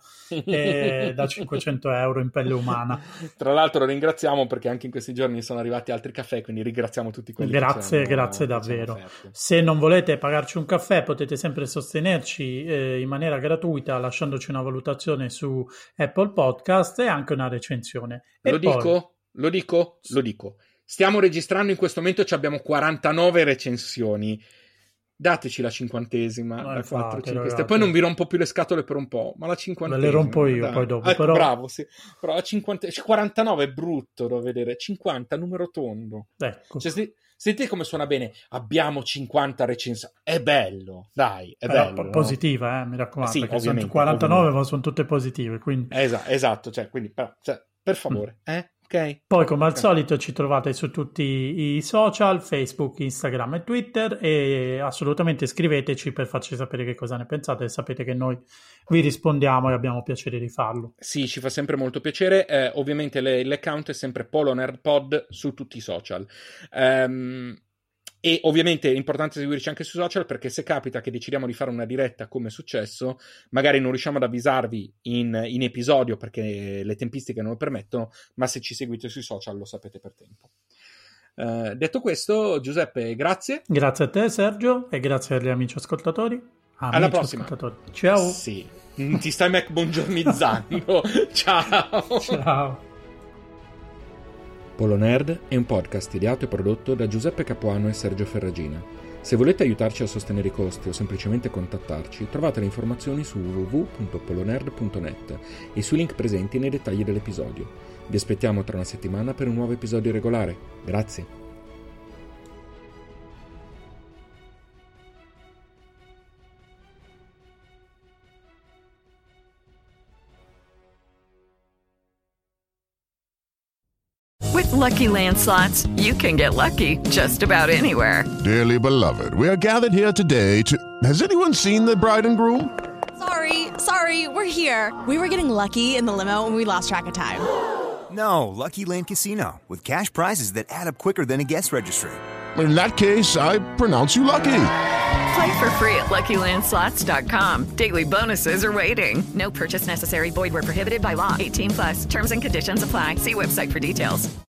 eh, da cinquecento euro in pelle umana. Tra l'altro ringraziamo perché anche in questi giorni sono arrivati altri caffè, quindi ringraziamo tutti quelli grazie, che ci hanno, grazie che davvero. ci hanno offerto. Se non volete pagarci un caffè potete sempre sostenerci eh, in maniera gratuita lasciandoci una valutazione su Apple Podcast e anche una recensione. E lo poi... dico? Lo dico? Lo dico. Stiamo registrando in questo momento, abbiamo quarantanove recensioni. Dateci la cinquantesima, no, la quattro, fate, cinque, poi non vi rompo più le scatole per un po', ma la cinquantesima. Me le rompo io dai. poi dopo. Ecco, però... bravo, sì. Però la cinquanta, quarantanove è brutto da vedere, cinquanta numero tondo. Ecco. Cioè, se, sentite come suona bene, abbiamo cinquanta recensioni, è bello, dai, è Però, bello. positiva, no? eh, mi raccomando, sì, perché sono quarantanove ovviamente. Ma sono tutte positive, quindi... Esatto, esatto, cioè, quindi, però, cioè, per favore, mm. eh? Okay. Poi come al okay. solito ci trovate su tutti i social, Facebook, Instagram e Twitter e assolutamente scriveteci per farci sapere che cosa ne pensate, sapete che noi vi rispondiamo e abbiamo piacere di farlo. Sì, ci fa sempre molto piacere, eh, ovviamente le, l'account è sempre PoloNerdPod su tutti i social. Um, E ovviamente è importante seguirci anche sui social perché se capita che decidiamo di fare una diretta come è successo, magari non riusciamo ad avvisarvi in, in episodio perché le tempistiche non lo permettono, ma se ci seguite sui social lo sapete per tempo. Uh, detto questo, Giuseppe, grazie. Grazie a te Sergio e grazie agli amici ascoltatori. Amici Alla prossima. Ascoltatori. Ciao. Sì, ti stai Mac buongiornizzando. Ciao. Ciao. PoloNerd è un podcast ideato e prodotto da Giuseppe Capuano e Sergio Ferragina. Se volete aiutarci a sostenere i costi o semplicemente contattarci, trovate le informazioni su w w w punto polonerd punto net e sui link presenti nei dettagli dell'episodio. Vi aspettiamo tra una settimana per un nuovo episodio regolare. Grazie. With Lucky Land Slots, you can get lucky just about anywhere. Dearly beloved, we are gathered here today to... Has anyone seen the bride and groom? Sorry, sorry, we're here. We were getting lucky in the limo and we lost track of time. No, Lucky Land Casino, with cash prizes that add up quicker than a guest registry. In that case, I pronounce you lucky. Play for free at lucky land slots dot com. Daily bonuses are waiting. No purchase necessary. Void where prohibited by law. eighteen plus. Terms and conditions apply. See website for details.